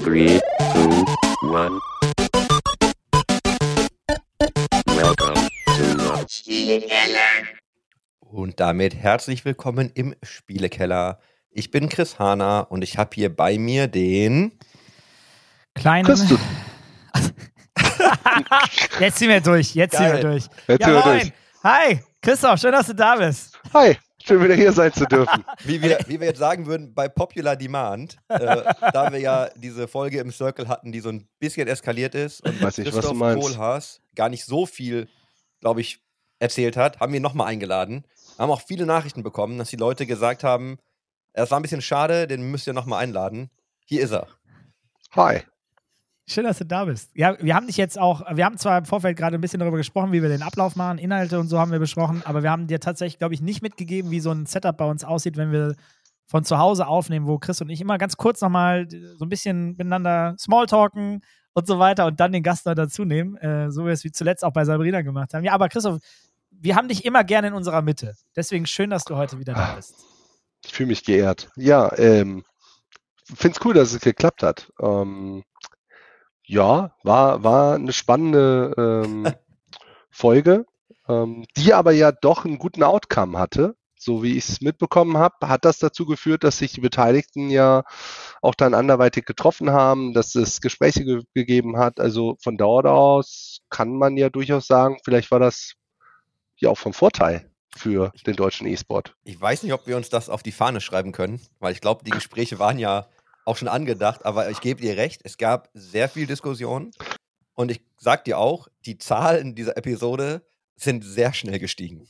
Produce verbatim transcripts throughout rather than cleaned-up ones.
Three, two, one. Welcome to the Spielekeller. Und damit herzlich willkommen im Spielekeller. Ich bin Chris Hahner und ich habe hier bei mir den kleinen. Christus. Jetzt ziehen wir durch. Jetzt ziehen wir durch. Jetzt ja, ziehen wir moin. durch. Hi, Christoph, schön, dass du da bist. Hi, schön wieder hier sein zu dürfen. Wie wir, wie wir jetzt sagen würden, bei Popular Demand, äh, da wir ja diese Folge im Circle hatten, die so ein bisschen eskaliert ist und Weiß nicht, was Christoph du meinst. Kohlhaas gar nicht so viel, glaube ich, erzählt hat, haben wir ihn nochmal eingeladen. Haben auch viele Nachrichten bekommen, dass die Leute gesagt haben, es war ein bisschen schade, den müsst ihr nochmal einladen. Hier ist er. Hi. Schön, dass du da bist. Ja, wir haben dich jetzt auch, wir haben zwar im Vorfeld gerade ein bisschen darüber gesprochen, wie wir den Ablauf machen, Inhalte und so haben wir besprochen, aber wir haben dir tatsächlich, glaube ich, nicht mitgegeben, wie so ein Setup bei uns aussieht, wenn wir von zu Hause aufnehmen, wo Chris und ich immer ganz kurz nochmal so ein bisschen miteinander Smalltalken und so weiter und dann den Gast noch dazu nehmen, äh, so wie wir es wie zuletzt auch bei Sabrina gemacht haben. Ja, aber Christoph, wir haben dich immer gerne in unserer Mitte. Deswegen schön, dass du heute wieder da bist. Ich fühle mich geehrt. Ja, ähm, finde es cool, dass es geklappt hat. Ähm, ja, war, war eine spannende ähm, Folge, ähm, die aber ja doch einen guten Outcome hatte. So wie ich es mitbekommen habe, hat das dazu geführt, dass sich die Beteiligten ja auch dann anderweitig getroffen haben, dass es Gespräche ge- gegeben hat. Also von dort aus kann man ja durchaus sagen, vielleicht war das ja auch vom Vorteil für den deutschen E-Sport. Ich weiß nicht, ob wir uns das auf die Fahne schreiben können, weil ich glaube, die Gespräche waren ja auch schon angedacht, aber ich gebe dir recht, es gab sehr viel Diskussion und ich sag dir auch, die Zahlen dieser Episode sind sehr schnell gestiegen.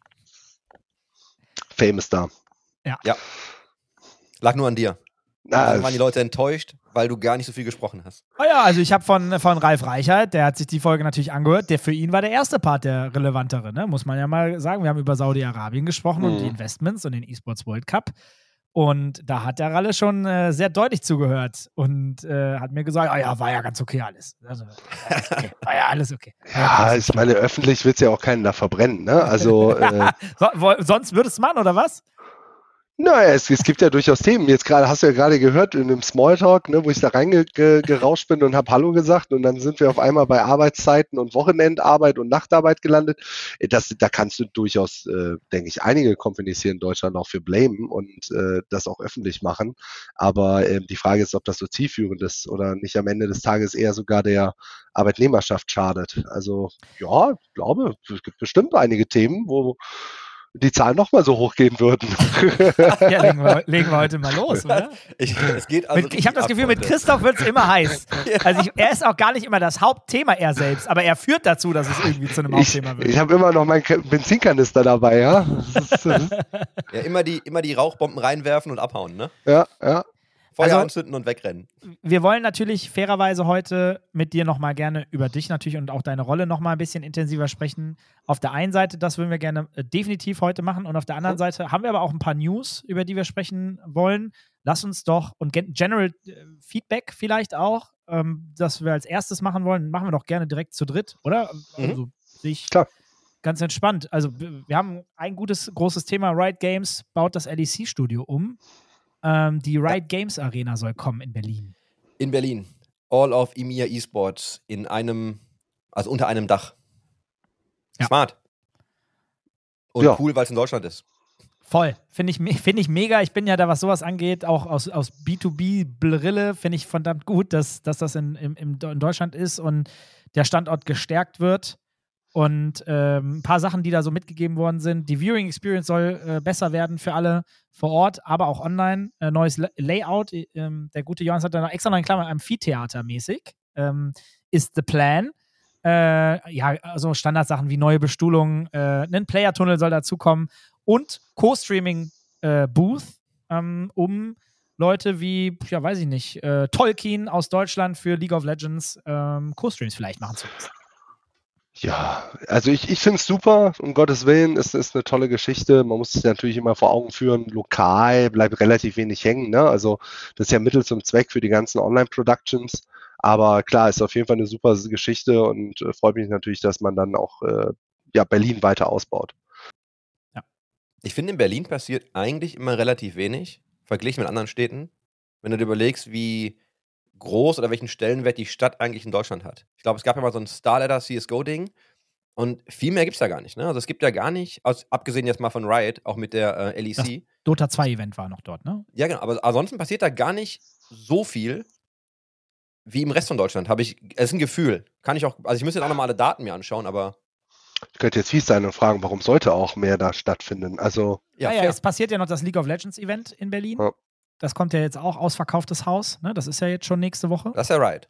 Fame ist da. Ja. Ja. Lag nur an dir. Na, Also waren die Leute enttäuscht, weil du gar nicht so viel gesprochen hast. Oh ja, also ich habe von, von Ralf Reichert, der hat sich die Folge natürlich angehört, der für ihn war der erste Part der relevantere, ne? Muss man ja mal sagen. Wir haben über Saudi-Arabien gesprochen Mhm. und die Investments und den E-Sports World Cup. Und da hat der Ralle schon äh, sehr deutlich zugehört und äh, hat mir gesagt, ah ja, war ja ganz okay alles. Also, war, okay. war ja alles okay. ja, ich meine, öffentlich wird es ja auch keinen da verbrennen, ne? Also, äh, So, wo, sonst würdest du machen, oder was? naja, es, es gibt ja durchaus Themen. Jetzt gerade hast du ja gerade gehört in dem Smalltalk, ne, wo ich da reingerauscht bin und habe Hallo gesagt und dann sind wir auf einmal bei Arbeitszeiten und Wochenendarbeit und Nachtarbeit gelandet. Das, da kannst du durchaus, äh, denke ich, einige Companies hier in Deutschland auch für blamen und äh, das auch öffentlich machen. Aber äh, die Frage ist, ob das so zielführend ist oder nicht am Ende des Tages eher sogar der Arbeitnehmerschaft schadet. Also ja, ich glaube, es gibt bestimmt einige Themen, wo die Zahlen nochmal so hochgehen würden. Ja, legen wir, legen wir heute mal los, oder? Ich, es geht also Mit, ich habe das ab Gefühl, mit heute. Christoph wird es immer heiß. Also ich, er ist auch gar nicht immer das Hauptthema, er selbst, aber er führt dazu, dass es irgendwie zu einem Ich, Hauptthema wird. ich habe immer noch meinen Ke- Benzinkanister dabei, ja. Das ist, das ist, Ja, immer die, immer die Rauchbomben reinwerfen und abhauen, ne? ja, ja. Feuer Also- anzünden und wegrennen. Wir wollen natürlich fairerweise heute mit dir nochmal gerne über dich natürlich und auch deine Rolle nochmal ein bisschen intensiver sprechen. Auf der einen Seite, das würden wir gerne äh, definitiv heute machen und auf der anderen Seite haben wir aber auch ein paar News, über die wir sprechen wollen. Lass uns doch, und gen- General äh, Feedback vielleicht auch, ähm, das wir als erstes machen wollen, machen wir doch gerne direkt zu dritt, oder? Mhm. Also sehe ich Klar. ganz entspannt. Also w- wir haben ein gutes, großes Thema, Riot Games baut das L E C-Studio um. Ähm, die Riot Games Arena soll kommen in Berlin. In Berlin. All of E M E A Esports in einem, also unter einem Dach. Ja. Smart. Und Ja. cool, weil es in Deutschland ist. Voll. Finde ich, me- find ich mega. Ich bin ja da, was sowas angeht, auch aus, aus B zwei B-Brille, finde ich verdammt gut, dass, dass das in, in, in Deutschland ist und der Standort gestärkt wird. Und ähm, ein paar Sachen, die da so mitgegeben worden sind. Die Viewing Experience soll äh, besser werden für alle vor Ort, aber auch online. Äh, neues La- Layout. Ähm, der gute Johannes hat da noch extra noch in Klammern Amphitheater-mäßig. Ähm, ist the plan. Äh, ja, also Standardsachen wie neue Bestuhlung, äh, ein Player-Tunnel soll dazukommen und Co-Streaming-Booth, ähm, um Leute wie, ja, weiß ich nicht, äh, Tolkien aus Deutschland für League of Legends ähm, Co-Streams vielleicht machen zu lassen. Ja, also ich, ich finde es super, um Gottes Willen, es ist eine tolle Geschichte. Man muss sich natürlich immer vor Augen führen, lokal bleibt relativ wenig hängen, ne? Also das ist ja Mittel zum Zweck für die ganzen Online-Productions. Aber klar, ist auf jeden Fall eine super Geschichte und äh, freut mich natürlich, dass man dann auch äh, ja, Berlin weiter ausbaut. Ich finde, in Berlin passiert eigentlich immer relativ wenig, verglichen mit anderen Städten. Wenn du dir überlegst, wie groß oder welchen Stellenwert die Stadt eigentlich in Deutschland hat. Ich glaube, es gab ja mal so ein Starladder C S G O-Ding und viel mehr gibt es da gar nicht. Ne? Also es gibt ja gar nicht, aus, abgesehen jetzt mal von Riot, auch mit der äh, L E C. Das Dota zwei Event war noch dort, ne? Ja, genau. Aber ansonsten passiert da gar nicht so viel wie im Rest von Deutschland. Habe ich, es ist ein Gefühl. Kann ich auch, also ich müsste jetzt auch nochmal alle Daten mir anschauen, aber. Ich könnte jetzt fies sein und fragen, warum sollte auch mehr da stattfinden? Also. Ja, ja, fair. es passiert ja noch das League of Legends Event in Berlin. Ja. Das kommt ja jetzt auch, ausverkauftes Haus, ne? Das ist ja jetzt schon nächste Woche. Das ist ja Riot.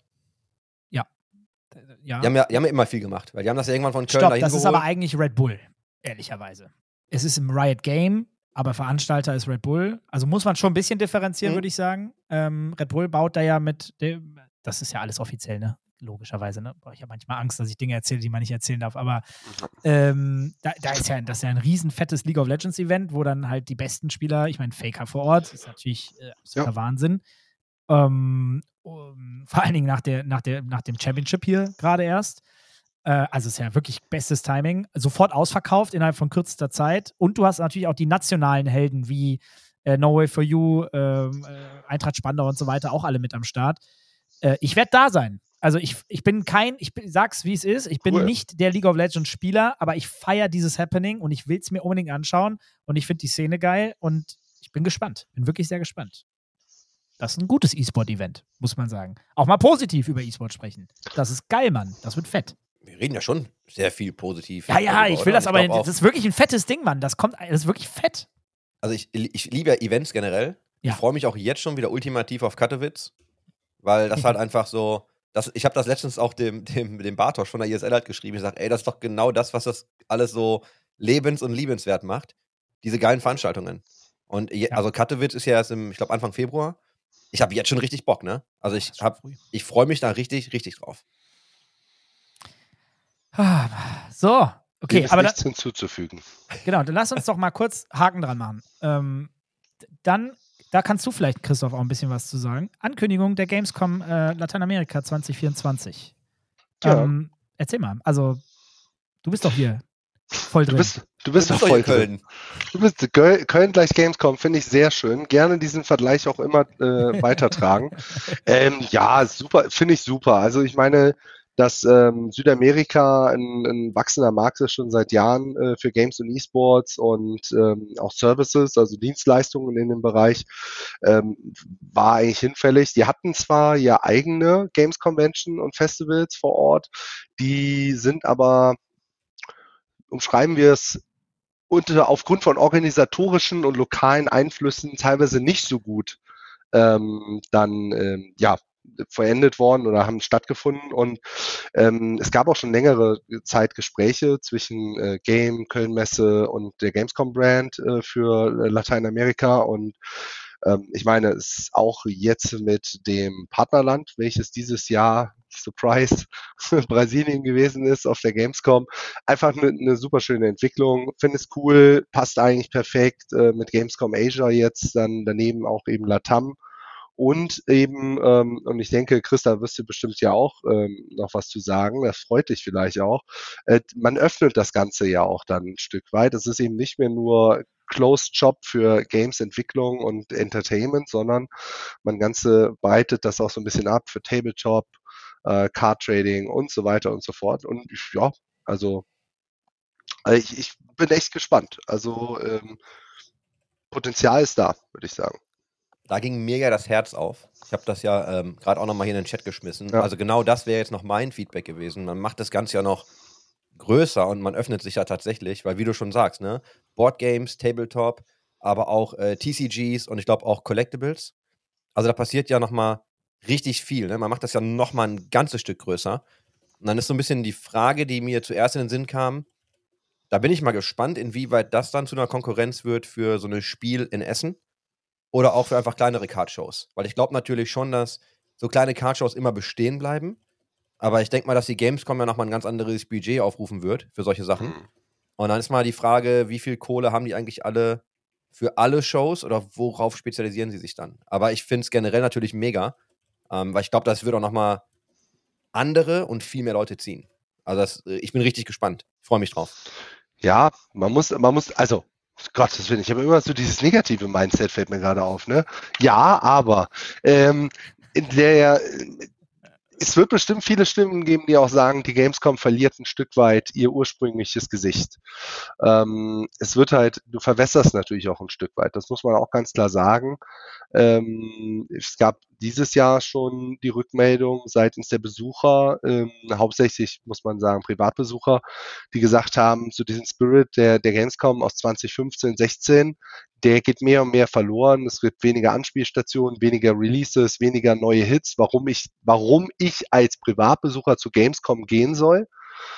Ja. Die haben ja, die haben ja immer viel gemacht, weil die haben das ja irgendwann von Köln Stopp, dahin das ist geholt. aber eigentlich Red Bull, ehrlicherweise. Es ist im Riot Game, aber Veranstalter ist Red Bull. Also muss man schon ein bisschen differenzieren, Mhm. würde ich sagen. Ähm, Red Bull baut da ja mit, dem, das ist ja alles offiziell, ne? Logischerweise, ne? Boah, ich habe manchmal Angst, dass ich Dinge erzähle, die man nicht erzählen darf, aber ähm, da, da ist ja, das ist ja ein riesen fettes League of Legends Event, wo dann halt die besten Spieler, ich meine Faker vor Ort, ist natürlich äh, absoluter Ja. Wahnsinn. Ähm, um, vor allen Dingen nach, der, nach, der, nach dem Championship hier gerade erst. Äh, also ist ja wirklich bestes Timing. Sofort ausverkauft innerhalb von kürzester Zeit. Und du hast natürlich auch die nationalen Helden wie äh, No Way For You, ähm, äh, Eintracht Spandau und so weiter auch alle mit am Start. Äh, ich werde da sein. Also ich, ich bin kein, ich bin, sag's wie es ist, ich bin Cool. nicht der League of Legends Spieler, aber ich feiere dieses Happening und ich will es mir unbedingt anschauen und ich finde die Szene geil und ich bin gespannt. Bin wirklich sehr gespannt. Das ist ein gutes E-Sport-Event, muss man sagen. Auch mal positiv über E-Sport sprechen. Das ist geil, Mann. Das wird fett. Wir reden ja schon sehr viel positiv. Ja, ja, darüber, ich will oder? das aber, glaub auch- das ist wirklich ein fettes Ding, Mann. Das kommt, das ist wirklich fett. Also ich, ich liebe ja Events generell. Ja. Ich freue mich auch jetzt schon wieder ultimativ auf Katowice, weil das halt einfach so, das, ich habe das letztens auch dem, dem, dem Bartosz von der I S L halt geschrieben. Ich sage, ey, das ist doch genau das, was das alles so lebens- und liebenswert macht. Diese geilen Veranstaltungen. Und je, Ja. also Katowice ist ja erst im, ich glaube, Anfang Februar. Ich habe jetzt schon richtig Bock, ne? Also ich, Das ist hab, früh. ich freue mich da richtig, richtig drauf. Ah, So, Dem okay, ist aber da, nichts hinzuzufügen. genau, dann lass uns doch mal kurz Haken dran machen. Ähm, d- dann, da kannst du vielleicht, Christoph, auch ein bisschen was zu sagen. Ankündigung der Gamescom äh, Lateinamerika zwanzig vierundzwanzig. Ja. Ähm, erzähl mal, also du bist doch hier voll Du drin. bist, du bist doch doch voll hier drin. Köln. Du bist Göl- Köln gleich Gamescom, finde ich sehr schön. Gerne diesen Vergleich auch immer äh, weitertragen. ähm, ja, super, finde ich super. Also ich meine, dass ähm, Südamerika ein, ein wachsender Markt ist schon seit Jahren äh, für Games und E-Sports und ähm, auch Services, also Dienstleistungen in dem Bereich, ähm, war eigentlich hinfällig. Die hatten zwar ja eigene Games Convention und Festivals vor Ort, die sind aber, umschreiben wir es, unter, aufgrund von organisatorischen und lokalen Einflüssen teilweise nicht so gut ähm, dann ähm, ja verendet worden oder haben stattgefunden und ähm, es gab auch schon längere Zeit Gespräche zwischen äh, Game, Köln-Messe und der Gamescom-Brand äh, für äh, Lateinamerika und ähm, ich meine, es ist auch jetzt mit dem Partnerland, welches dieses Jahr, Surprise, Brasilien gewesen ist auf der Gamescom, einfach eine, eine super schöne Entwicklung. Finde es cool, passt eigentlich perfekt äh, mit Gamescom Asia jetzt, dann daneben auch eben Latam. Und eben, ähm, und ich denke, Christa, wirst du bestimmt ja auch ähm, noch was zu sagen, das freut dich vielleicht auch. Äh, man öffnet das Ganze ja auch dann ein Stück weit. Es ist eben nicht mehr nur Closed Shop für Games-Entwicklung und Entertainment, sondern man Ganze breitet das auch so ein bisschen ab für Tabletop, äh, Card Trading und so weiter und so fort. Und ich- ja, also äh, ich, ich bin echt gespannt. Also ähm, Potenzial ist da, würde ich sagen. Da ging mir ja das Herz auf. Ich habe das ja ähm, gerade auch nochmal hier in den Chat geschmissen. Ja. Also genau das wäre jetzt noch mein Feedback gewesen. Man macht das Ganze ja noch größer und man öffnet sich ja tatsächlich, weil wie du schon sagst, ne, Boardgames, Tabletop, aber auch äh, T C Gs und ich glaube auch Collectibles. Also da passiert ja nochmal richtig viel. Ne? Man macht das ja nochmal ein ganzes Stück größer. Und dann ist so ein bisschen die Frage, die mir zuerst in den Sinn kam, da bin ich mal gespannt, inwieweit das dann zu einer Konkurrenz wird für so ein Spiel in Essen. Oder auch für einfach kleinere Cardshows. Weil ich glaube natürlich schon, dass so kleine Cardshows immer bestehen bleiben. Aber ich denke mal, dass die Gamescom ja nochmal ein ganz anderes Budget aufrufen wird für solche Sachen. Mhm. Und dann ist mal die Frage, wie viel Kohle haben die eigentlich alle für alle Shows oder worauf spezialisieren sie sich dann? Aber ich finde es generell natürlich mega, ähm, weil ich glaube, das wird auch nochmal andere und viel mehr Leute ziehen. Also das, äh, ich bin richtig gespannt. Ich freue mich drauf. Ja, man muss, man muss, also, Gottes Willen, ich habe immer so dieses negative Mindset, fällt mir gerade auf, ne? Ja, aber, ähm, in der es wird bestimmt viele Stimmen geben, die auch sagen, die Gamescom verliert ein Stück weit ihr ursprüngliches Gesicht. Ähm, es wird halt, du verwässerst natürlich auch ein Stück weit, das muss man auch ganz klar sagen. Ähm, es gab dieses Jahr schon die Rückmeldung seitens der Besucher, ähm, hauptsächlich muss man sagen Privatbesucher, die gesagt haben, zu diesem Spirit der, der Gamescom aus zwanzig fünfzehn, sechzehn, der geht mehr und mehr verloren. Es wird weniger Anspielstationen, weniger Releases, weniger neue Hits. Warum ich, warum ich als Privatbesucher zu Gamescom gehen soll.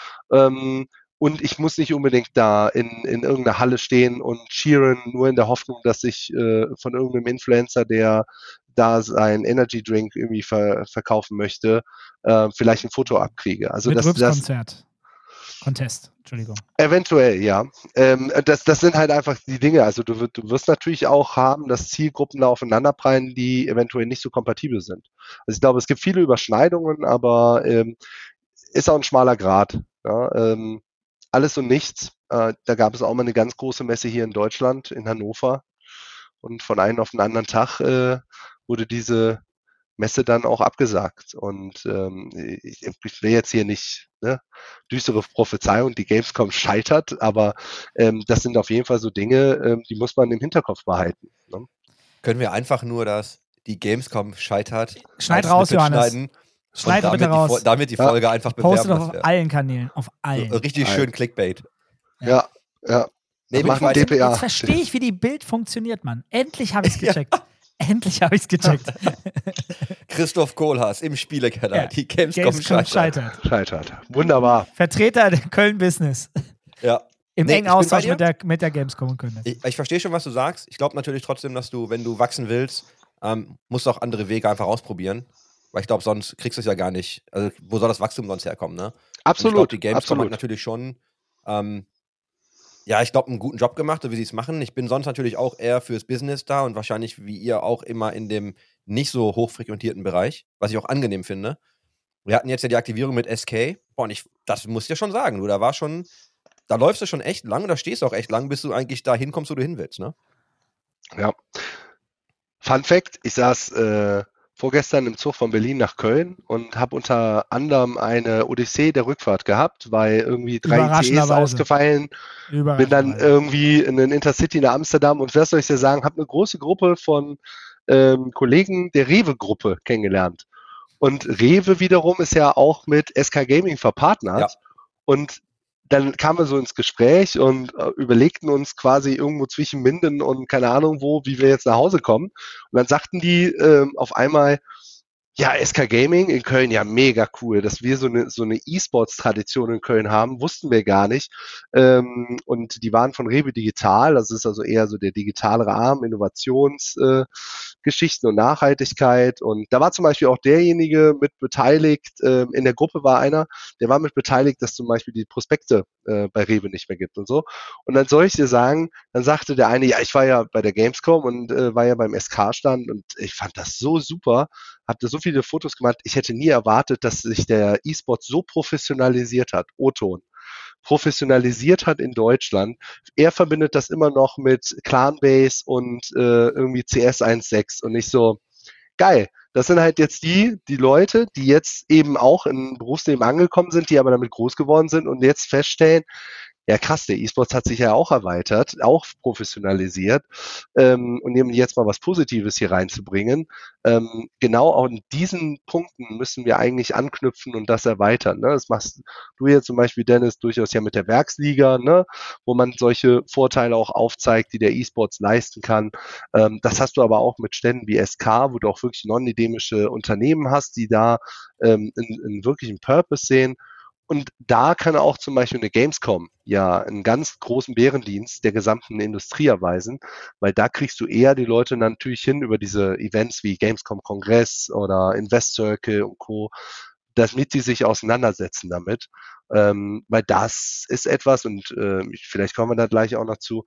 Ähm, und ich muss nicht unbedingt da in, in irgendeiner Halle stehen und cheeren, nur in der Hoffnung, dass ich äh, von irgendeinem Influencer, der da sein Energy Drink irgendwie ver, verkaufen möchte, äh, vielleicht ein Foto abkriege. Also Mit das, das Konzert. Contest, Entschuldigung. Eventuell, ja. Ähm, das, das sind halt einfach die Dinge. Also du, wirst- du wirst natürlich auch haben, dass Zielgruppen da aufeinanderprallen, die eventuell nicht so kompatibel sind. Also ich glaube, es gibt viele Überschneidungen, aber ähm, ist auch ein schmaler Grat. Ja? Ähm, alles und nichts. Äh, da gab es auch mal eine ganz große Messe hier in Deutschland, in Hannover. Und von einem auf den anderen Tag äh, wurde diese Messe dann auch abgesagt. Und ähm, ich, ich will jetzt hier nicht ne, düstere Prophezeiung, die Gamescom scheitert, aber ähm, das sind auf jeden Fall so Dinge, ähm, die muss man im Hinterkopf behalten. Ne? Können wir einfach nur das, die Gamescom scheitert, Schneid als raus, Snippet Johannes. schneiden Schneid und bitte damit, die, raus. Fol- damit die Ja. Folge einfach Poste bewerben. doch Das auf wär allen Kanälen. Auf allen. so richtig Allen. schön Clickbait. Ja, ja. Nee, bin ich Machen bei dir. D P A. Jetzt verstehe ich, wie die Bild funktioniert, Mann. Endlich habe ich es gecheckt. Endlich habe ich es gecheckt. Christoph Kohlhaas im Spielekeller. Ja, Die Gamescom, Gamescom scheitert. scheitert. Scheitert. Wunderbar. Vertreter der Köln-Business. Ja. Im Nee, engen ich bin Austausch bei mit dir. der, mit der Gamescom und Köln. Ich, ich verstehe schon, was du sagst. Ich glaube natürlich trotzdem, dass du, wenn du wachsen willst, ähm, musst du auch andere Wege einfach ausprobieren. Weil ich glaube, sonst kriegst du es ja gar nicht. Also, wo soll das Wachstum sonst herkommen, ne? Und ich glaube, Absolut. die Gamescom hat Absolut. natürlich schon, ähm, ja, ich glaube, einen guten Job gemacht, so wie sie es machen. Ich bin sonst natürlich auch eher fürs Business da und wahrscheinlich wie ihr auch immer in dem nicht so hochfrequentierten Bereich, was ich auch angenehm finde. Wir hatten jetzt ja die Aktivierung mit S K. Boah, und ich, das muss ich ja schon sagen, du, da war schon, da läufst du schon echt lang und da stehst du auch echt lang, bis du eigentlich da hinkommst, wo du hin willst, ne? Ja. Fun Fact, ich saß äh, vorgestern im Zug von Berlin nach Köln und habe unter anderem eine Odyssee der Rückfahrt gehabt, weil irgendwie drei I T Es Überraschenderweise. ausgefallen. Bin dann Überraschenderweise. irgendwie in den Intercity nach Amsterdam und was soll ich dir sagen, habe eine große Gruppe von ähm, Kollegen der Rewe-Gruppe kennengelernt. Und Rewe wiederum ist ja auch mit S K Gaming verpartnert. Ja. Und dann kamen wir so ins Gespräch und äh, überlegten uns quasi irgendwo zwischen Minden und keine Ahnung wo, wie wir jetzt nach Hause kommen. Und dann sagten die ähm, auf einmal, ja, S K Gaming in Köln, ja, mega cool. Dass wir so eine, so eine E-Sports-Tradition in Köln haben, wussten wir gar nicht. Ähm, und die waren von Rewe Digital, das ist also eher so der digitalere Arm, Innovationsgeschichten äh, Geschichten und Nachhaltigkeit. Und da war zum Beispiel auch derjenige mit beteiligt, äh, in der Gruppe war einer, der war mit beteiligt, dass zum Beispiel die Prospekte äh, bei Rewe nicht mehr gibt und so. Und dann soll ich dir sagen, dann sagte der eine, ja, ich war ja bei der Gamescom und äh, war ja beim S K-Stand und ich fand das so super, habe da so viele Fotos gemacht. Ich hätte nie erwartet, dass sich der E-Sport so professionalisiert hat. O-Ton. Professionalisiert hat in Deutschland. Er verbindet das immer noch mit Clanbase und äh, irgendwie C S eins Punkt sechs und nicht so, geil. Das sind halt jetzt die, die Leute, die jetzt eben auch im Berufsleben angekommen sind, die aber damit groß geworden sind und jetzt feststellen, ja krass, der E-Sports hat sich ja auch erweitert, auch professionalisiert ähm, und eben jetzt mal was Positives hier reinzubringen. Ähm, genau auch in diesen Punkten müssen wir eigentlich anknüpfen und das erweitern. Ne? Das machst du jetzt zum Beispiel, Dennis, durchaus ja mit der Werksliga, ne? Wo man solche Vorteile auch aufzeigt, die der E-Sports leisten kann. Ähm, das hast du aber auch mit Ständen wie S K, wo du auch wirklich non-endemische Unternehmen hast, die da ähm, einen, einen wirklichen Purpose sehen. Und da kann auch zum Beispiel eine Gamescom ja einen ganz großen Bärendienst der gesamten Industrie erweisen, weil da kriegst du eher die Leute natürlich hin über diese Events wie Gamescom Kongress oder Invest Circle und Co., damit die sich auseinandersetzen damit, ähm, weil das ist etwas und äh, vielleicht kommen wir da gleich auch noch zu.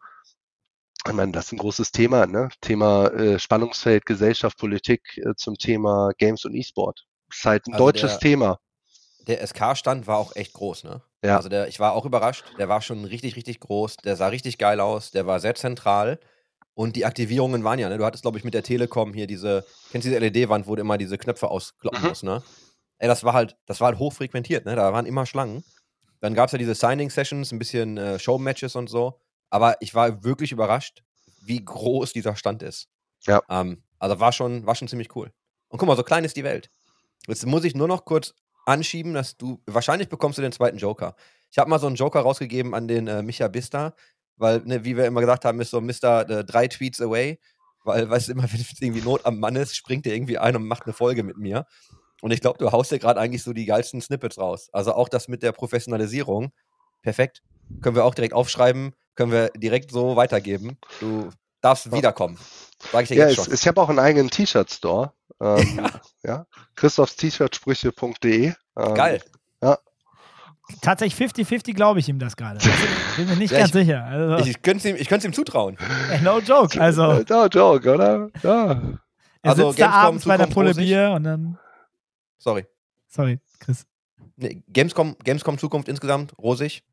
Ich meine, das ist ein großes Thema, ne? Thema äh, Spannungsfeld, Gesellschaft, Politik äh, zum Thema Games und E-Sport. Das ist halt ein Also deutsches der- Thema. Der S K-Stand war auch echt groß, ne? Ja. Also der, ich war auch überrascht, der war schon richtig, richtig groß, der sah richtig geil aus, der war sehr zentral. Und die Aktivierungen waren ja, ne? Du hattest, glaube ich, mit der Telekom hier diese, kennst du diese L E D-Wand, wo du immer diese Knöpfe auskloppen Mhm. musst, ne? Ey, das war halt, das war halt hochfrequentiert, ne? Da waren immer Schlangen. Dann gab es ja diese Signing-Sessions, ein bisschen äh, Show-Matches und so. Aber ich war wirklich überrascht, wie groß dieser Stand ist. Ja. Ähm, also war schon, war schon ziemlich cool. Und guck mal, so klein ist die Welt. Jetzt muss ich nur noch kurz anschieben, dass du, wahrscheinlich bekommst du den zweiten Joker. Ich habe mal so einen Joker rausgegeben an den äh, Micha Bista, weil, ne, wie wir immer gesagt haben, ist so Mister Äh, drei Tweets away, weil, weißt du, immer, wenn irgendwie Not am Mann ist, springt der irgendwie ein und macht eine Folge mit mir. Und ich glaube, du haust dir gerade eigentlich so die geilsten Snippets raus. Also auch das mit der Professionalisierung, perfekt. Können wir auch direkt aufschreiben, können wir direkt so weitergeben. Du darfst Ja. wiederkommen. Sag ich dir Ja, jetzt es, schon. ich habe auch einen eigenen T-Shirt-Store. Ähm, Ja. ja. christophs t shirt sprüche punkt de. Ähm, Geil. Tatsächlich fifty fifty glaube ich ihm das gerade. Also, bin mir nicht Ja, ganz ich- sicher. Also, Ich könnte es ihm, ich könnte ihm zutrauen. ey, no joke. Also, Äh, no joke, oder? Ja. er also sitzt da Gamescom, abends bei der Zukunft Pulle rosig. Bier und dann. Sorry. Sorry, Chris. Nee, Gamescom, Gamescom Zukunft insgesamt, rosig.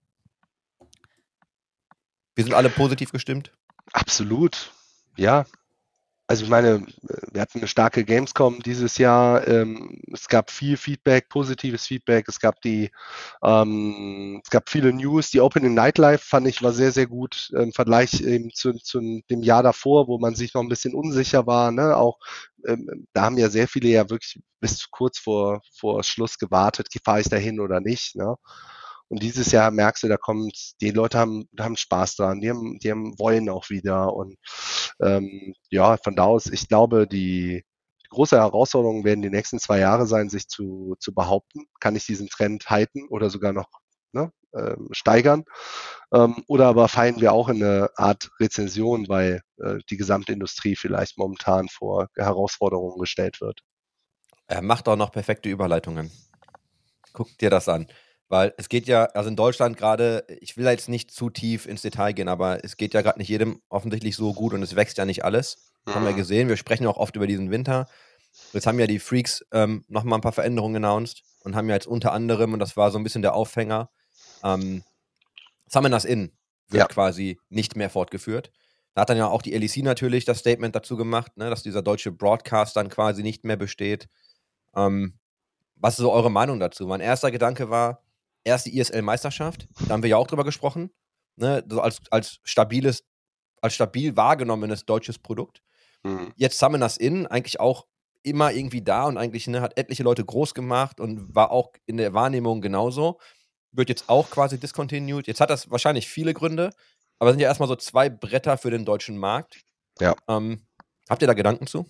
Wir sind alle positiv gestimmt. Absolut. Ja. Also ich meine, wir hatten eine starke Gamescom dieses Jahr. Ähm, es gab viel Feedback, positives Feedback. Es gab die, ähm, es gab viele News. Die Opening Nightlife fand ich war sehr, sehr gut im Vergleich eben zu, zu dem Jahr davor, wo man sich noch ein bisschen unsicher war. Ne? Auch ähm, da haben ja sehr viele ja wirklich bis kurz vor, vor Schluss gewartet, fahre ich da hin oder nicht. Ne? Und dieses Jahr merkst du, da kommt, die Leute haben, haben Spaß dran, die haben, die haben wollen auch wieder. Und ähm, ja, von da aus, ich glaube, die, die große Herausforderung werden die nächsten zwei Jahre sein, sich zu, zu behaupten. Kann ich diesen Trend halten oder sogar noch ne, ähm, steigern? Ähm, oder aber fallen wir auch in eine Art Rezession, weil äh, die gesamte Industrie vielleicht momentan vor Herausforderungen gestellt wird. Er macht auch noch perfekte Überleitungen. Guck dir das an. Weil es geht ja, also in Deutschland gerade, ich will da jetzt nicht zu tief ins Detail gehen, aber es geht ja gerade nicht jedem offensichtlich so gut und es wächst ja nicht alles. Das haben wir gesehen. Wir sprechen auch oft über diesen Winter. Jetzt haben ja die Freaks ähm, nochmal ein paar Veränderungen announced und haben ja jetzt unter anderem, und das war so ein bisschen der Aufhänger, ähm, Summoners Inn wird Ja. quasi nicht mehr fortgeführt. Da hat dann ja auch die L E C natürlich das Statement dazu gemacht, ne, dass dieser deutsche Broadcast dann quasi nicht mehr besteht. Ähm, was ist so eure Meinung dazu? Mein erster Gedanke war, erst die I S L-Meisterschaft, da haben wir ja auch drüber gesprochen, ne, so als, als stabiles, als stabil wahrgenommenes deutsches Produkt. Mhm. Jetzt Summoners Inn, eigentlich auch immer irgendwie da und eigentlich ne, hat etliche Leute groß gemacht und war auch in der Wahrnehmung genauso. Wird jetzt auch quasi discontinued. Jetzt hat das wahrscheinlich viele Gründe, aber es sind ja erstmal so zwei Bretter für den deutschen Markt. Ja. Ähm, habt ihr da Gedanken zu?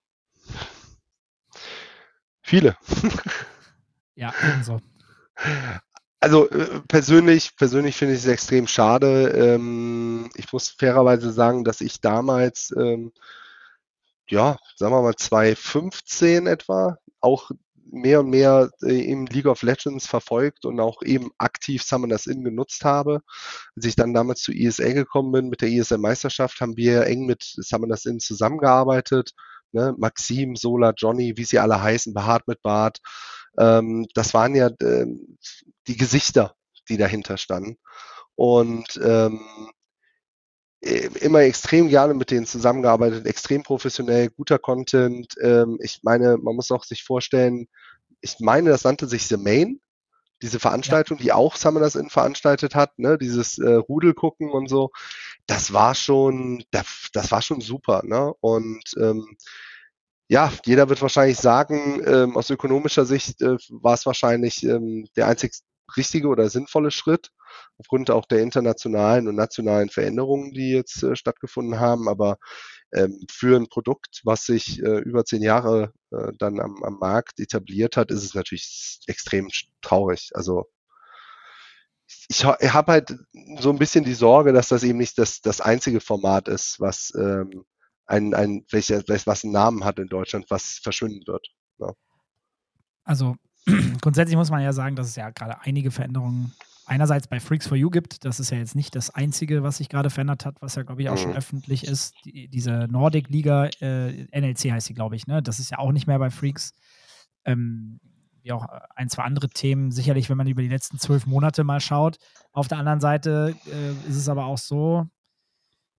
Viele. Ja, ebenso. Also äh, persönlich, persönlich finde ich es extrem schade. Ähm, ich muss fairerweise sagen, dass ich damals, ähm, ja, sagen wir mal zwanzig fünfzehn etwa, auch mehr und mehr äh, im League of Legends verfolgt und auch eben aktiv Summoners Inn genutzt habe. Als ich dann damals zu I S L gekommen bin, mit der I S L-Meisterschaft, haben wir eng mit Summoners Inn zusammengearbeitet. Ne? Maxim, Sola, Johnny, wie sie alle heißen, behaart mit Bart. Ähm, das waren ja äh, die Gesichter, die dahinter standen. Und ähm, immer extrem gerne mit denen zusammengearbeitet, extrem professionell, guter Content. Ähm, ich meine, man muss auch sich vorstellen, ich meine, das nannte sich The Main, diese Veranstaltung, ja. die auch Summoners Inn veranstaltet hat, ne, dieses äh, Rudel gucken und so. Das war schon, das, das war schon super, ne? Und ähm, ja, jeder wird wahrscheinlich sagen, ähm, aus ökonomischer Sicht äh, war es wahrscheinlich ähm, der einzig richtige oder sinnvolle Schritt, aufgrund auch der internationalen und nationalen Veränderungen, die jetzt äh, stattgefunden haben. Aber ähm, für ein Produkt, was sich äh, über zehn Jahre äh, dann am, am Markt etabliert hat, ist es natürlich extrem traurig. Also ich, ich habe halt so ein bisschen die Sorge, dass das eben nicht das, das einzige Format ist, was ähm, ein, ein, welches, was einen Namen hat in Deutschland, was verschwinden wird. Ja. Also grundsätzlich muss man ja sagen, dass es ja gerade einige Veränderungen einerseits bei Freaks for You gibt. Das ist ja jetzt nicht das Einzige, was sich gerade verändert hat, was ja, glaube ich, auch Mhm. schon öffentlich ist. Die, diese Nordic-Liga, äh, N L C heißt sie, glaube ich, ne? Das ist ja auch nicht mehr bei Freaks. Ähm, wie auch ein, zwei andere Themen, sicherlich, wenn man über die letzten zwölf Monate mal schaut. Auf der anderen Seite äh, ist es aber auch so,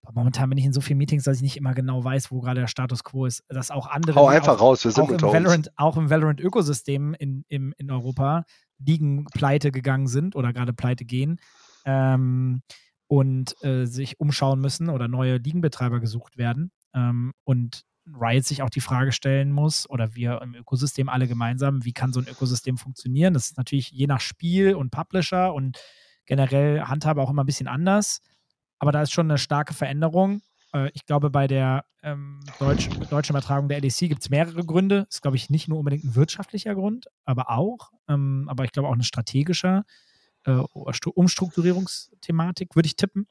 Aber momentan bin ich in so vielen Meetings, dass ich nicht immer genau weiß, wo gerade der Status quo ist. Dass auch andere, Hau die einfach auch, raus, wir sind auch, im unter uns. Valorant, auch im Valorant-Ökosystem in, im, in Europa Ligen pleite gegangen sind oder gerade pleite gehen ähm, und äh, sich umschauen müssen oder neue Ligenbetreiber gesucht werden. Ähm, und Riot sich auch die Frage stellen muss, oder wir im Ökosystem alle gemeinsam, wie kann so ein Ökosystem funktionieren? Das ist natürlich je nach Spiel und Publisher und generell Handhabe auch immer ein bisschen anders. Aber da ist schon eine starke Veränderung. Äh, ich glaube, bei der ähm, deutsch, deutschen Übertragung der L E C gibt es mehrere Gründe. Ist, glaube ich, nicht nur unbedingt ein wirtschaftlicher Grund, aber auch. Ähm, aber ich glaube auch eine strategische äh, Umstrukturierungsthematik, würde ich tippen.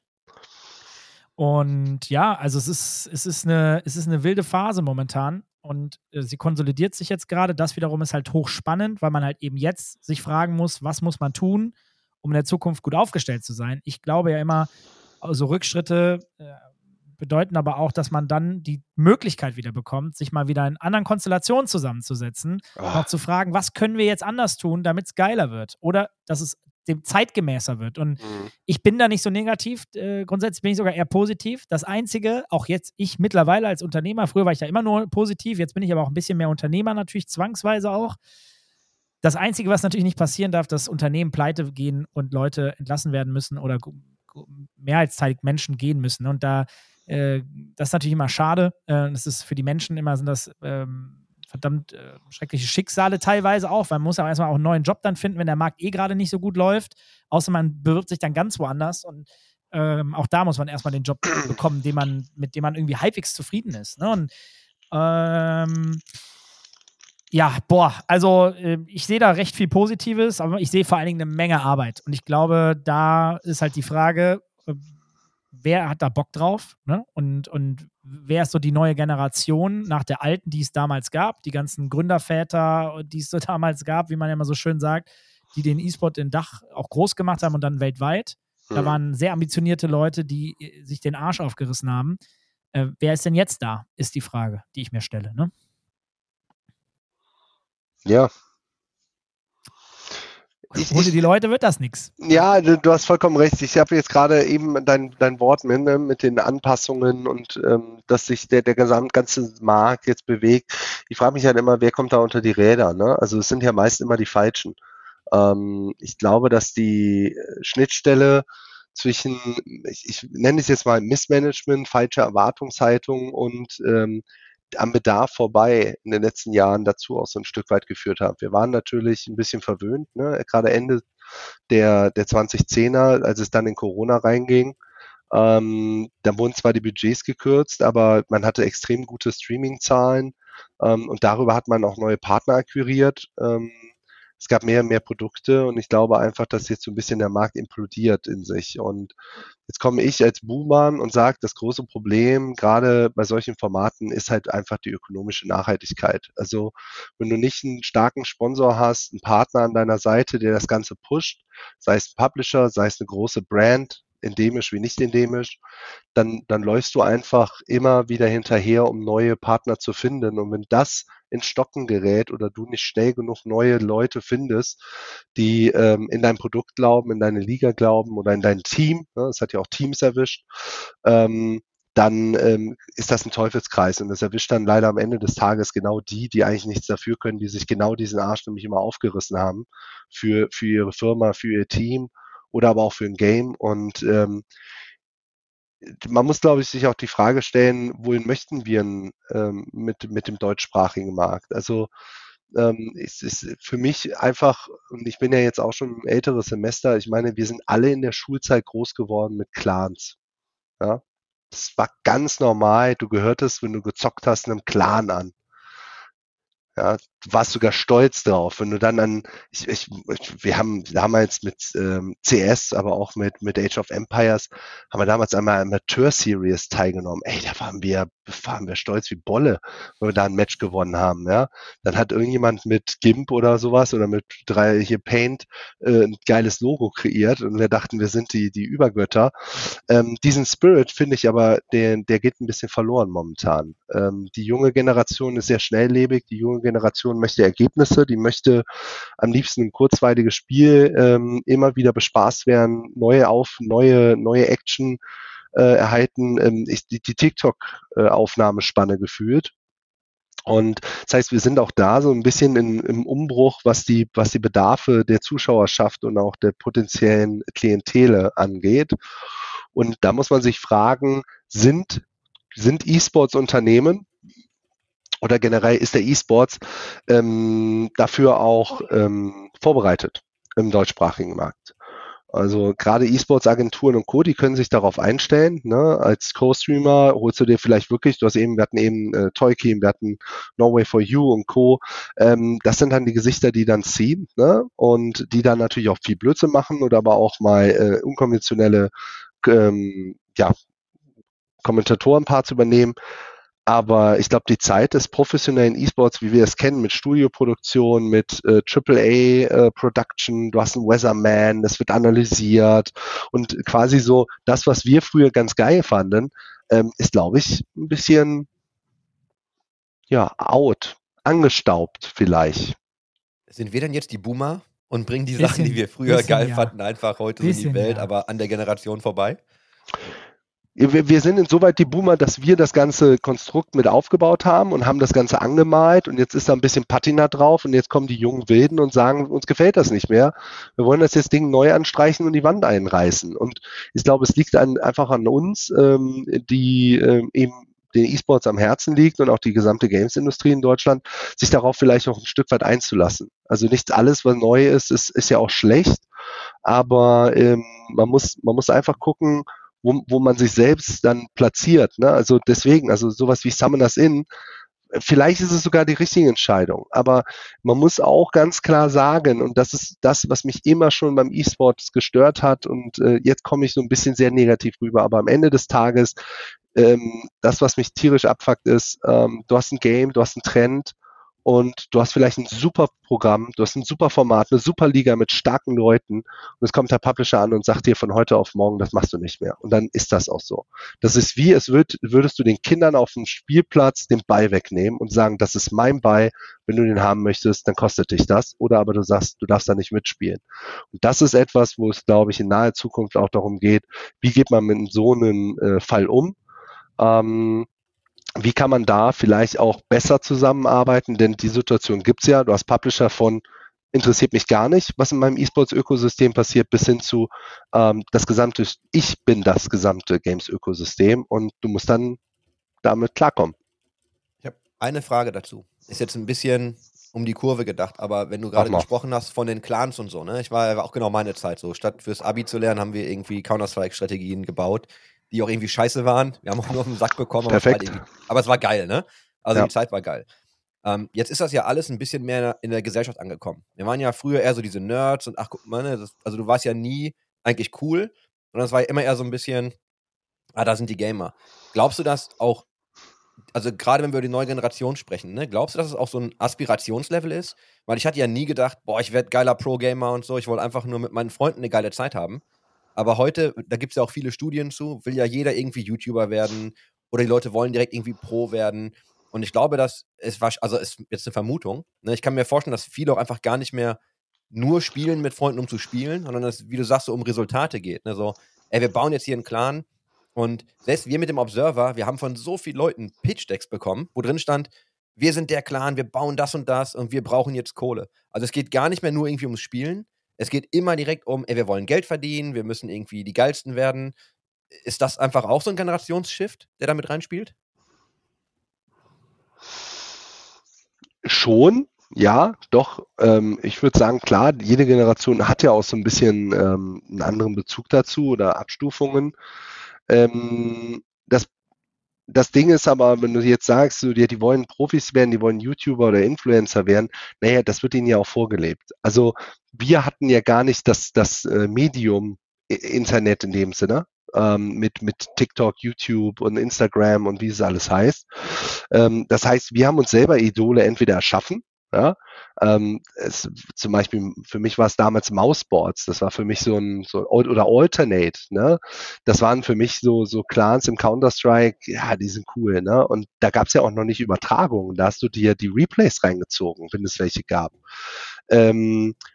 Und ja, also es ist, es ist, eine, es ist eine wilde Phase momentan und äh, sie konsolidiert sich jetzt gerade. Das wiederum ist halt hochspannend, weil man halt eben jetzt sich fragen muss, was muss man tun, um in der Zukunft gut aufgestellt zu sein. Ich glaube ja immer, also Rückschritte äh, bedeuten aber auch, dass man dann die Möglichkeit wieder bekommt, sich mal wieder in anderen Konstellationen zusammenzusetzen, Ah. noch zu fragen, was können wir jetzt anders tun, damit es geiler wird oder dass es dem zeitgemäßer wird. Und Mhm. ich bin da nicht so negativ, äh, grundsätzlich bin ich sogar eher positiv. Das Einzige, auch jetzt ich mittlerweile als Unternehmer, früher war ich ja immer nur positiv, jetzt bin ich aber auch ein bisschen mehr Unternehmer natürlich, zwangsweise auch. Das Einzige, was natürlich nicht passieren darf, dass Unternehmen pleite gehen und Leute entlassen werden müssen oder mehrheitsteilig Menschen gehen müssen. Und da, äh, das ist natürlich immer schade. Äh, das ist für die Menschen immer, sind das ähm, verdammt äh, schreckliche Schicksale teilweise auch, weil man muss ja erstmal auch einen neuen Job dann finden, wenn der Markt eh gerade nicht so gut läuft, außer man bewirbt sich dann ganz woanders und ähm, auch da muss man erstmal den Job bekommen, den man, mit dem man irgendwie halbwegs zufrieden ist. Ne? Und ähm, ja, boah, also äh, ich sehe da recht viel Positives, aber ich sehe vor allen Dingen eine Menge Arbeit und ich glaube, da ist halt die Frage, äh, wer hat da Bock drauf, ne? Und, und wer ist so die neue Generation nach der alten, die es damals gab, die ganzen Gründerväter, die es so damals gab, wie man ja immer so schön sagt, die den E-Sport in Dach auch groß gemacht haben und dann weltweit. Da Mhm. waren sehr ambitionierte Leute, die äh, sich den Arsch aufgerissen haben. Äh, wer ist denn jetzt da, ist die Frage, die ich mir stelle, ne? Ja. Ich, Ohne ich, die Leute wird das nichts. ja, du, du hast vollkommen recht. Ich habe jetzt gerade eben dein, dein Wort mit, ne, mit den Anpassungen und ähm, dass sich der, der gesamt, ganze Markt jetzt bewegt. Ich frage mich halt immer, wer kommt da unter die Räder? Ne? Also es sind ja meist immer die Falschen. Ähm, ich glaube, dass die Schnittstelle zwischen, ich, ich nenne es jetzt mal Missmanagement, falsche Erwartungshaltung und ähm, am Bedarf vorbei in den letzten Jahren dazu auch so ein Stück weit geführt haben. Wir waren natürlich ein bisschen verwöhnt, ne? Gerade Ende der, der zweitausendzehner, als es dann in Corona reinging. Ähm, da wurden zwar die Budgets gekürzt, aber man hatte extrem gute Streaming-Zahlen ähm, und darüber hat man auch neue Partner akquiriert. Ähm, es gab mehr und mehr Produkte und ich glaube einfach, dass jetzt so ein bisschen der Markt implodiert in sich. Und jetzt komme ich als Boomer und sage, das große Problem gerade bei solchen Formaten ist halt einfach die ökonomische Nachhaltigkeit. Also wenn du nicht einen starken Sponsor hast, einen Partner an deiner Seite, der das Ganze pusht, sei es ein Publisher, sei es eine große Brand, endemisch wie nicht endemisch, dann, dann läufst du einfach immer wieder hinterher, um neue Partner zu finden. Und wenn das in Stocken gerät oder du nicht schnell genug neue Leute findest, die ähm, in dein Produkt glauben, in deine Liga glauben oder in dein Team, ne, es hat ja auch Teams erwischt, ähm, dann ähm, ist das ein Teufelskreis und das erwischt dann leider am Ende des Tages genau die, die eigentlich nichts dafür können, die sich genau diesen Arsch nämlich immer aufgerissen haben für, für ihre Firma, für ihr Team oder aber auch für ein Game. Und ähm, man muss, glaube ich, sich auch die Frage stellen, wohin möchten wir ähm, mit, mit dem deutschsprachigen Markt? Also ähm, es ist für mich einfach, und ich bin ja jetzt auch schon ein älteres Semester, ich meine, wir sind alle in der Schulzeit groß geworden mit Clans. Ja? Das war ganz normal, du gehörtest, wenn du gezockt hast, einem Clan an. Ja, du warst sogar stolz drauf, wenn du dann an, ich, ich, wir haben damals mit ähm, C S, aber auch mit, mit Age of Empires, haben wir damals einmal Amateur-Series teilgenommen. Ey, da waren wir, waren wir stolz wie Bolle, wenn wir da ein Match gewonnen haben, ja. Dann hat irgendjemand mit GIMP oder sowas oder mit drei, hier Paint, äh, ein geiles Logo kreiert und wir dachten, wir sind die, die Übergötter. Ähm, diesen Spirit finde ich aber, der, der geht ein bisschen verloren momentan. Ähm, die junge Generation ist sehr schnelllebig, die junge Generation möchte Ergebnisse, die möchte am liebsten ein kurzweiliges Spiel, ähm, immer wieder bespaßt werden, neue auf, neue, neue Action, äh, erhalten ähm, ist die, die TikTok-Aufnahmespanne gefühlt. Und das heißt, wir sind auch da so ein bisschen in, im Umbruch, was die, was die Bedarfe der Zuschauerschaft und auch der potenziellen Klientele angeht. Und da muss man sich fragen, sind, sind E-Sports-Unternehmen oder generell ist der E-Sports ähm, dafür auch ähm, vorbereitet im deutschsprachigen Markt? Also gerade E-Sports-Agenturen und Co., die können sich darauf einstellen. Ne? Als Co-Streamer holst du dir vielleicht wirklich, du hast eben, wir hatten eben äh, Toykeem, wir hatten Norway for You und Co. Ähm, das sind dann die Gesichter, die dann ziehen, ne? Und die dann natürlich auch viel Blödsinn machen oder aber auch mal äh, unkonventionelle ähm, ja, Kommentatorenparts übernehmen. Aber ich glaube, die Zeit des professionellen E-Sports, wie wir es kennen, mit Studioproduktion, mit äh, Triple A äh, Production, du hast einen Weatherman, das wird analysiert und quasi so das, was wir früher ganz geil fanden, ähm, ist, glaube ich, ein bisschen ja out, angestaubt vielleicht. Sind wir denn jetzt die Boomer und bringen die Bisschen, Sachen, die wir früher bisschen, geil ja. fanden, einfach heute so in die Bisschen, Welt, ja. aber an der Generation vorbei? Wir, wir sind insoweit die Boomer, dass wir das ganze Konstrukt mit aufgebaut haben und haben das Ganze angemalt und jetzt ist da ein bisschen Patina drauf und jetzt kommen die jungen Wilden und sagen, uns gefällt das nicht mehr. Wir wollen das jetzt Ding neu anstreichen und die Wand einreißen. Und ich glaube, es liegt an, einfach an uns, ähm, die ähm, eben den E-Sports am Herzen liegt und auch die gesamte Games-Industrie in Deutschland, sich darauf vielleicht auch ein Stück weit einzulassen. Also nicht alles, was neu ist, ist, ist ja auch schlecht, aber ähm, man muss, man muss einfach gucken, Wo, wo man sich selbst dann platziert. Ne? Also deswegen, also sowas wie Summoners Inn, vielleicht ist es sogar die richtige Entscheidung, aber man muss auch ganz klar sagen, und das ist das, was mich immer schon beim E-Sports gestört hat und äh, jetzt komme ich so ein bisschen sehr negativ rüber, aber am Ende des Tages, ähm, das, was mich tierisch abfuckt, ist, ähm, du hast ein Game, du hast einen Trend, und du hast vielleicht ein super Programm, du hast ein super Format, eine super Liga mit starken Leuten und es kommt der Publisher an und sagt dir von heute auf morgen, das machst du nicht mehr. Und dann ist das auch so. Das ist wie, es wird, würdest du den Kindern auf dem Spielplatz den Ball wegnehmen und sagen, das ist mein Ball, wenn du den haben möchtest, dann kostet dich das. Oder aber du sagst, du darfst da nicht mitspielen. Und das ist etwas, wo es, glaube ich, in naher Zukunft auch darum geht, wie geht man mit so einem äh, Fall um? Ähm, Wie kann man da vielleicht auch besser zusammenarbeiten? Denn die Situation gibt's ja. Du hast Publisher von interessiert mich gar nicht, was in meinem E-Sports-Ökosystem passiert, bis hin zu ähm, das gesamte, ich bin das gesamte Games-Ökosystem und du musst dann damit klarkommen. Ich habe eine Frage dazu. Ist jetzt ein bisschen um die Kurve gedacht, aber wenn du gerade gesprochen hast von den Clans und so, ne? Ich war, war auch genau meine Zeit so. Statt fürs Abi zu lernen, haben wir irgendwie Counter-Strike-Strategien gebaut, die auch irgendwie scheiße waren. Wir haben auch nur auf den Sack bekommen. Aber, Perfekt. Es war aber es war geil, ne? Also Ja. die Zeit war geil. Ähm, jetzt ist das ja alles ein bisschen mehr in der Gesellschaft angekommen. Wir waren ja früher eher so diese Nerds und ach, guck mal, ne, das, also du warst ja nie eigentlich cool, sondern es war ja immer eher so ein bisschen, ah, da sind die Gamer. Glaubst du, dass auch, also gerade wenn wir über die neue Generation sprechen, ne, glaubst du, dass es auch so ein Aspirationslevel ist? Weil ich hatte ja nie gedacht, boah, ich werde geiler Pro-Gamer und so, ich wollte einfach nur mit meinen Freunden eine geile Zeit haben. Aber heute, da gibt es ja auch viele Studien zu, will ja jeder irgendwie YouTuber werden oder die Leute wollen direkt irgendwie Pro werden. Und ich glaube, dass es war, also ist jetzt eine Vermutung, ne? Ich kann mir vorstellen, dass viele auch einfach gar nicht mehr nur spielen mit Freunden, um zu spielen, sondern dass es, wie du sagst, so um Resultate geht. Ne? So, ey, wir bauen jetzt hier einen Clan und selbst wir mit dem Observer, wir haben von so vielen Leuten Pitch-Decks bekommen, wo drin stand, wir sind der Clan, wir bauen das und das und wir brauchen jetzt Kohle. Also es geht gar nicht mehr nur irgendwie ums Spielen, es geht immer direkt um, ey, wir wollen Geld verdienen, wir müssen irgendwie die Geilsten werden. Ist das einfach auch so ein Generationsshift, der da mit reinspielt? Schon, ja, doch. Ähm, ich würde sagen, klar, jede Generation hat ja auch so ein bisschen ähm, einen anderen Bezug dazu oder Abstufungen. Ähm, das, das Ding ist aber, wenn du jetzt sagst, so, die, die wollen Profis werden, die wollen YouTuber oder Influencer werden, naja, das wird ihnen ja auch vorgelebt. Also wir hatten ja gar nicht das, das äh, Medium I- Internet in dem Sinne. Ähm, mit, mit TikTok, YouTube und Instagram und wie es alles heißt. Ähm, das heißt, wir haben uns selber Idole entweder erschaffen, ja, ähm, es, zum Beispiel für mich war es damals Mouseboards, das war für mich so ein, so, oder Alternate, ne, das waren für mich so, so Clans im Counter-Strike, ja, die sind cool, ne, und da gab es ja auch noch nicht Übertragungen, da hast du dir die Replays reingezogen, wenn es welche gab. Ähm,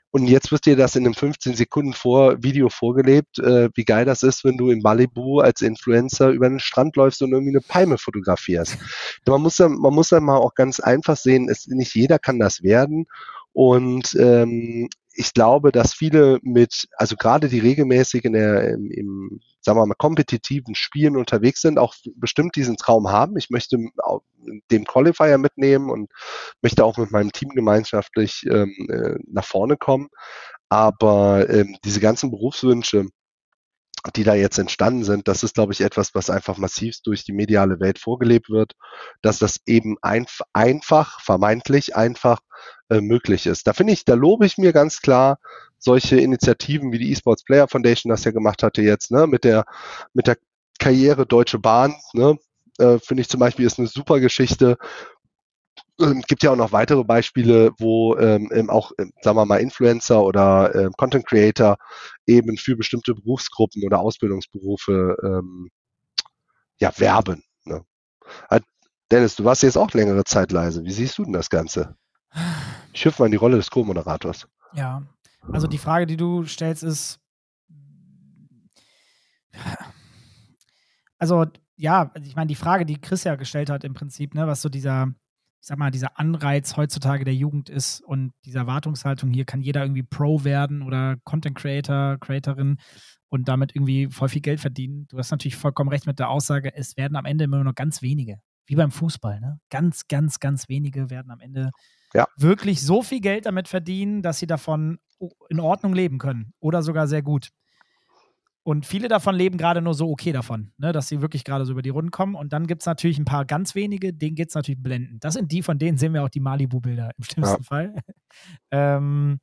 Und jetzt wird dir das in einem fünfzehn Sekunden vor Video vorgelebt, äh, wie geil das ist, wenn du in Malibu als Influencer über den Strand läufst und irgendwie eine Palme fotografierst. Man muss dann, man muss dann mal auch ganz einfach sehen, es, nicht jeder kann das werden. Und ähm, ich glaube, dass viele mit, also gerade die regelmäßig in der, im, im, sagen wir mal, kompetitiven Spielen unterwegs sind, auch bestimmt diesen Traum haben. Ich möchte den Qualifier mitnehmen und möchte auch mit meinem Team gemeinschaftlich ähm, äh, nach vorne kommen. Aber ähm, diese ganzen Berufswünsche, die da jetzt entstanden sind, das ist, glaube ich, etwas, was einfach massiv durch die mediale Welt vorgelebt wird, dass das eben einf- einfach, vermeintlich einfach äh, möglich ist. Da finde ich, da lobe ich mir ganz klar solche Initiativen wie die eSports Player Foundation das ja gemacht hatte jetzt, ne, mit der, mit der Karriere Deutsche Bahn, ne, äh, finde ich zum Beispiel ist eine super Geschichte. Es gibt ja auch noch weitere Beispiele, wo ähm, auch, ähm, sagen wir mal, Influencer oder ähm, Content Creator eben für bestimmte Berufsgruppen oder Ausbildungsberufe ähm, ja, werben. Ne? Halt, Dennis, du warst jetzt auch längere Zeit leise. Wie siehst du denn das Ganze? Ich hüpfe mal in die Rolle des Co-Moderators. Ja, also die Frage, die du stellst, ist, also ja, ich meine, die Frage, die Chris ja gestellt hat im Prinzip, ne, was so dieser, ich sag mal, dieser Anreiz heutzutage der Jugend ist und diese Erwartungshaltung, hier kann jeder irgendwie Pro werden oder Content Creator, Creatorin und damit irgendwie voll viel Geld verdienen. Du hast natürlich vollkommen recht mit der Aussage, es werden am Ende immer nur noch ganz wenige, wie beim Fußball, ne? Ganz, ganz, ganz wenige werden am Ende ja. wirklich so viel Geld damit verdienen, dass sie davon in Ordnung leben können oder sogar sehr gut. Und viele davon leben gerade nur so okay davon, ne, dass sie wirklich gerade so über die Runden kommen. Und dann gibt es natürlich ein paar ganz wenige, denen geht es natürlich blendend. Das sind die, von denen sehen wir auch die Malibu-Bilder im schlimmsten ja. Fall. ähm,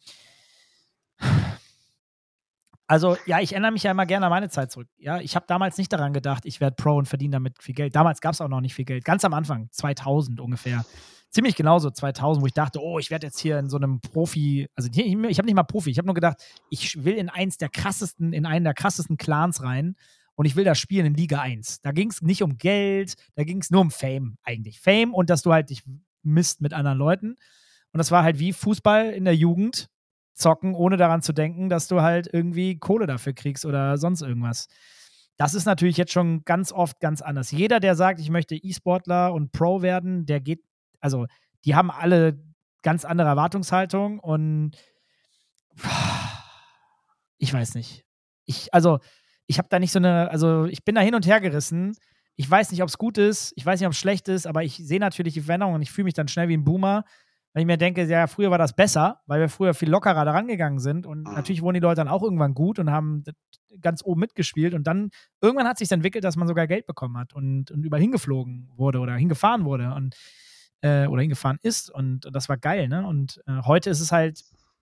also, ja, ich erinnere mich ja immer gerne an meine Zeit zurück. Ja, ich habe damals nicht daran gedacht, ich werde Pro und verdiene damit viel Geld. Damals gab es auch noch nicht viel Geld. Ganz am Anfang, zweitausend ungefähr. Ziemlich genauso, zweitausend, wo ich dachte, oh, ich werde jetzt hier in so einem Profi, also ich, ich habe nicht mal Profi, ich habe nur gedacht, ich will in eins der krassesten, in einen der krassesten Clans rein und ich will da spielen in Liga eins. Da ging es nicht um Geld, da ging es nur um Fame eigentlich. Fame und dass du halt dich misst mit anderen Leuten. Und das war halt wie Fußball in der Jugend, zocken, ohne daran zu denken, dass du halt irgendwie Kohle dafür kriegst oder sonst irgendwas. Das ist natürlich jetzt schon ganz oft ganz anders. Jeder, der sagt, ich möchte E-Sportler und Pro werden, der geht, also die haben alle ganz andere Erwartungshaltung und ich weiß nicht. Ich, also, ich habe da nicht so eine, also ich bin da hin und her gerissen. Ich weiß nicht, ob es gut ist, ich weiß nicht, ob es schlecht ist, aber ich sehe natürlich die Veränderung und ich fühle mich dann schnell wie ein Boomer, wenn ich mir denke, ja, früher war das besser, weil wir früher viel lockerer da rangegangen sind und natürlich wurden die Leute dann auch irgendwann gut und haben ganz oben mitgespielt und dann irgendwann hat sich entwickelt, dass man sogar Geld bekommen hat und, und überall hingeflogen wurde oder hingefahren wurde und äh, oder hingefahren ist und, und das war geil, ne? Und äh, heute ist es halt,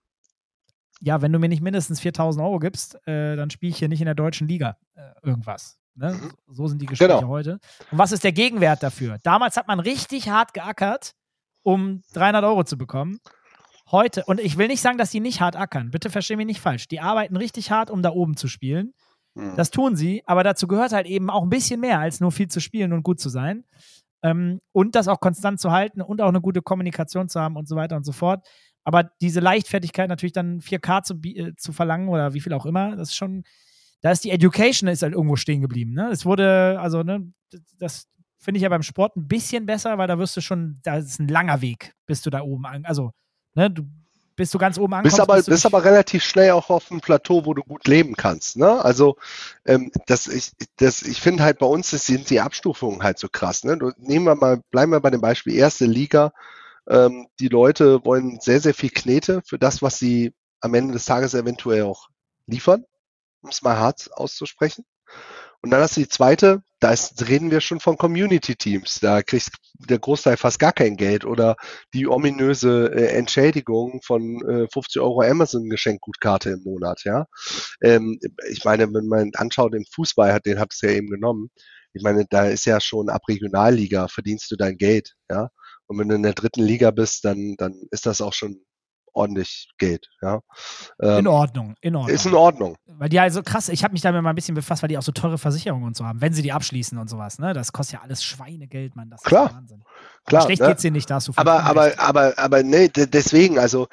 ja, wenn du mir nicht mindestens viertausend Euro gibst, äh, dann spiele ich hier nicht in der deutschen Liga äh, irgendwas. Ne? So sind die Gespräche genau. heute. Und was ist der Gegenwert dafür? Damals hat man richtig hart geackert, um dreihundert Euro zu bekommen. Heute, und ich will nicht sagen, dass die nicht hart ackern. Bitte versteh mich nicht falsch. Die arbeiten richtig hart, um da oben zu spielen. Mhm. Das tun sie, aber dazu gehört halt eben auch ein bisschen mehr, als nur viel zu spielen und gut zu sein. Ähm, und das auch konstant zu halten und auch eine gute Kommunikation zu haben und so weiter und so fort. Aber diese Leichtfertigkeit natürlich dann vier K zu, äh, zu verlangen oder wie viel auch immer, das ist schon, da ist die Education ist halt irgendwo stehen geblieben. Ne? Es wurde, also, ne, das finde ich ja beim Sport ein bisschen besser, weil da wirst du schon, da ist ein langer Weg, bis du da oben an, also, ne, du bis du ganz oben ankommst. Bist aber, bist, bist aber relativ schnell auch auf einem Plateau, wo du gut leben kannst. Ne? Also ähm, das, ich, das, ich finde halt bei uns das sind die Abstufungen halt so krass. Ne? Du, nehmen wir mal, bleiben wir bei dem Beispiel erste Liga. Ähm, die Leute wollen sehr, sehr viel Knete für das, was sie am Ende des Tages eventuell auch liefern, um es mal hart auszusprechen. Und dann hast du die zweite, da ist, reden wir schon von Community-Teams. Da kriegt der Großteil fast gar kein Geld oder die ominöse äh, Entschädigung von äh, fünfzig Euro Amazon-Geschenkgutkarte im Monat. Ja, ähm, ich meine, wenn man anschaut, im Fußball, hat, den habt ihr ja eben genommen. Ich meine, da ist ja schon ab Regionalliga verdienst du dein Geld. Ja, und wenn du in der dritten Liga bist, dann, dann ist das auch schon ordentlich Geld, ja. Ähm, in Ordnung, in Ordnung. Ist in Ordnung. Weil die also krass, ich habe mich damit mal ein bisschen befasst, weil die auch so teure Versicherungen und so haben, wenn sie die abschließen und sowas, ne? Das kostet ja alles Schweinegeld, Mann. Das Klar. ist Wahnsinn. Klar, aber schlecht ne? geht's dir nicht, da hast du aber, aber, aber, aber, nee, deswegen, also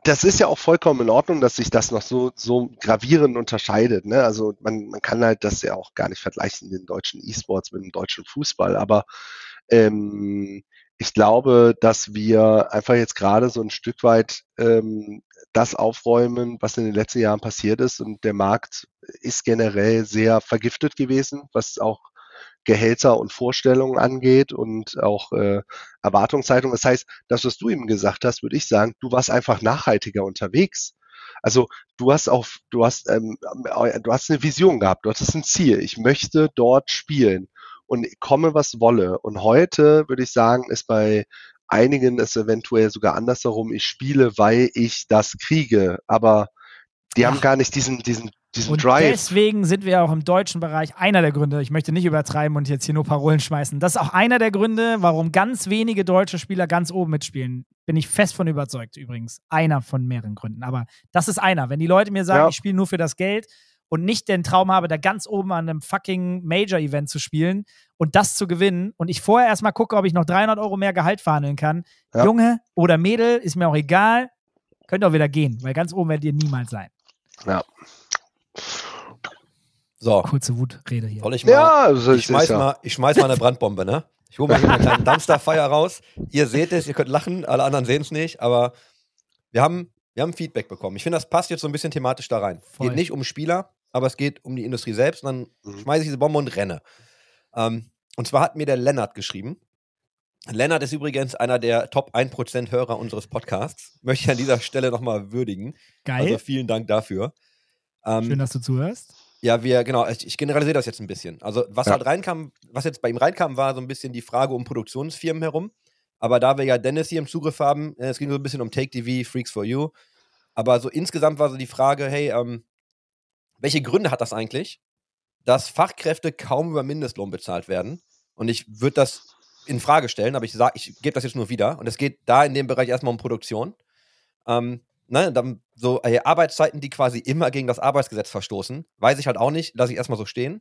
das ist ja auch vollkommen in Ordnung, dass sich das noch so, so gravierend unterscheidet. Ne? Also man, man kann halt das ja auch gar nicht vergleichen, den deutschen E-Sports mit dem deutschen Fußball. Aber ähm, ich glaube, dass wir einfach jetzt gerade so ein Stück weit ähm, das aufräumen, was in den letzten Jahren passiert ist. Und der Markt ist generell sehr vergiftet gewesen, was auch Gehälter und Vorstellungen angeht und auch äh, Erwartungshaltung. Das heißt, das, was du eben gesagt hast, würde ich sagen, du warst einfach nachhaltiger unterwegs. Also du hast auch, du hast, ähm, du hast eine Vision gehabt, du hattest ein Ziel. Ich möchte dort spielen und komme, was wolle. Und heute würde ich sagen, ist bei einigen es eventuell sogar andersherum. Ich spiele, weil ich das kriege. Aber die Ja. haben gar nicht diesen, diesen Diesen Und Drive. deswegen sind wir auch im deutschen Bereich einer der Gründe, ich möchte nicht übertreiben und jetzt hier nur Parolen schmeißen, das ist auch einer der Gründe, warum ganz wenige deutsche Spieler ganz oben mitspielen. Bin ich fest von überzeugt übrigens. Einer von mehreren Gründen. Aber das ist einer. Wenn die Leute mir sagen, Ja. ich spiele nur für das Geld und nicht den Traum habe, da ganz oben an einem fucking Major-Event zu spielen und das zu gewinnen und ich vorher erstmal gucke, ob ich noch dreihundert Euro mehr Gehalt verhandeln kann. Ja. Junge oder Mädel, ist mir auch egal, könnt auch wieder gehen, weil ganz oben werdet ihr niemals sein. Ja. So, Kurze Wutrede hier. soll ich mal, Ja, also ich, es schmeiß ist ja. mal, ich schmeiß mal eine Brandbombe, ne? Ich hole mal hier einen kleinen Dumpster-Fire raus. Ihr seht es, ihr könnt lachen, alle anderen sehen es nicht, aber wir haben, wir haben Feedback bekommen. Ich finde, das passt jetzt so ein bisschen thematisch da rein. Es Voll. geht nicht um Spieler, aber es geht um die Industrie selbst. Und dann Mhm. schmeiße ich diese Bombe und renne. Ähm, und zwar hat mir der Lennart geschrieben. Lennart ist übrigens einer der Top ein Prozent Hörer unseres Podcasts. Möchte ich an dieser Stelle nochmal würdigen. Geil. Also vielen Dank dafür. Ähm, Schön, dass du zuhörst. Ja, wir, genau, ich, ich generalisiere das jetzt ein bisschen. Also, was Ja. halt reinkam, was jetzt bei ihm reinkam, war so ein bisschen die Frage um Produktionsfirmen herum. Aber da wir ja Dennis hier im Zugriff haben, äh, es ging so ein bisschen um Take T V, Freaks for You. Aber so insgesamt war so die Frage, hey, ähm, welche Gründe hat das eigentlich, dass Fachkräfte kaum über Mindestlohn bezahlt werden? Und ich würde das in Frage stellen, aber ich sage, ich gebe das jetzt nur wieder. Und es geht da in dem Bereich erstmal um Produktion. Ähm, ne, dann so äh, Arbeitszeiten, die quasi immer gegen das Arbeitsgesetz verstoßen, weiß ich halt auch nicht, lasse ich erstmal so stehen.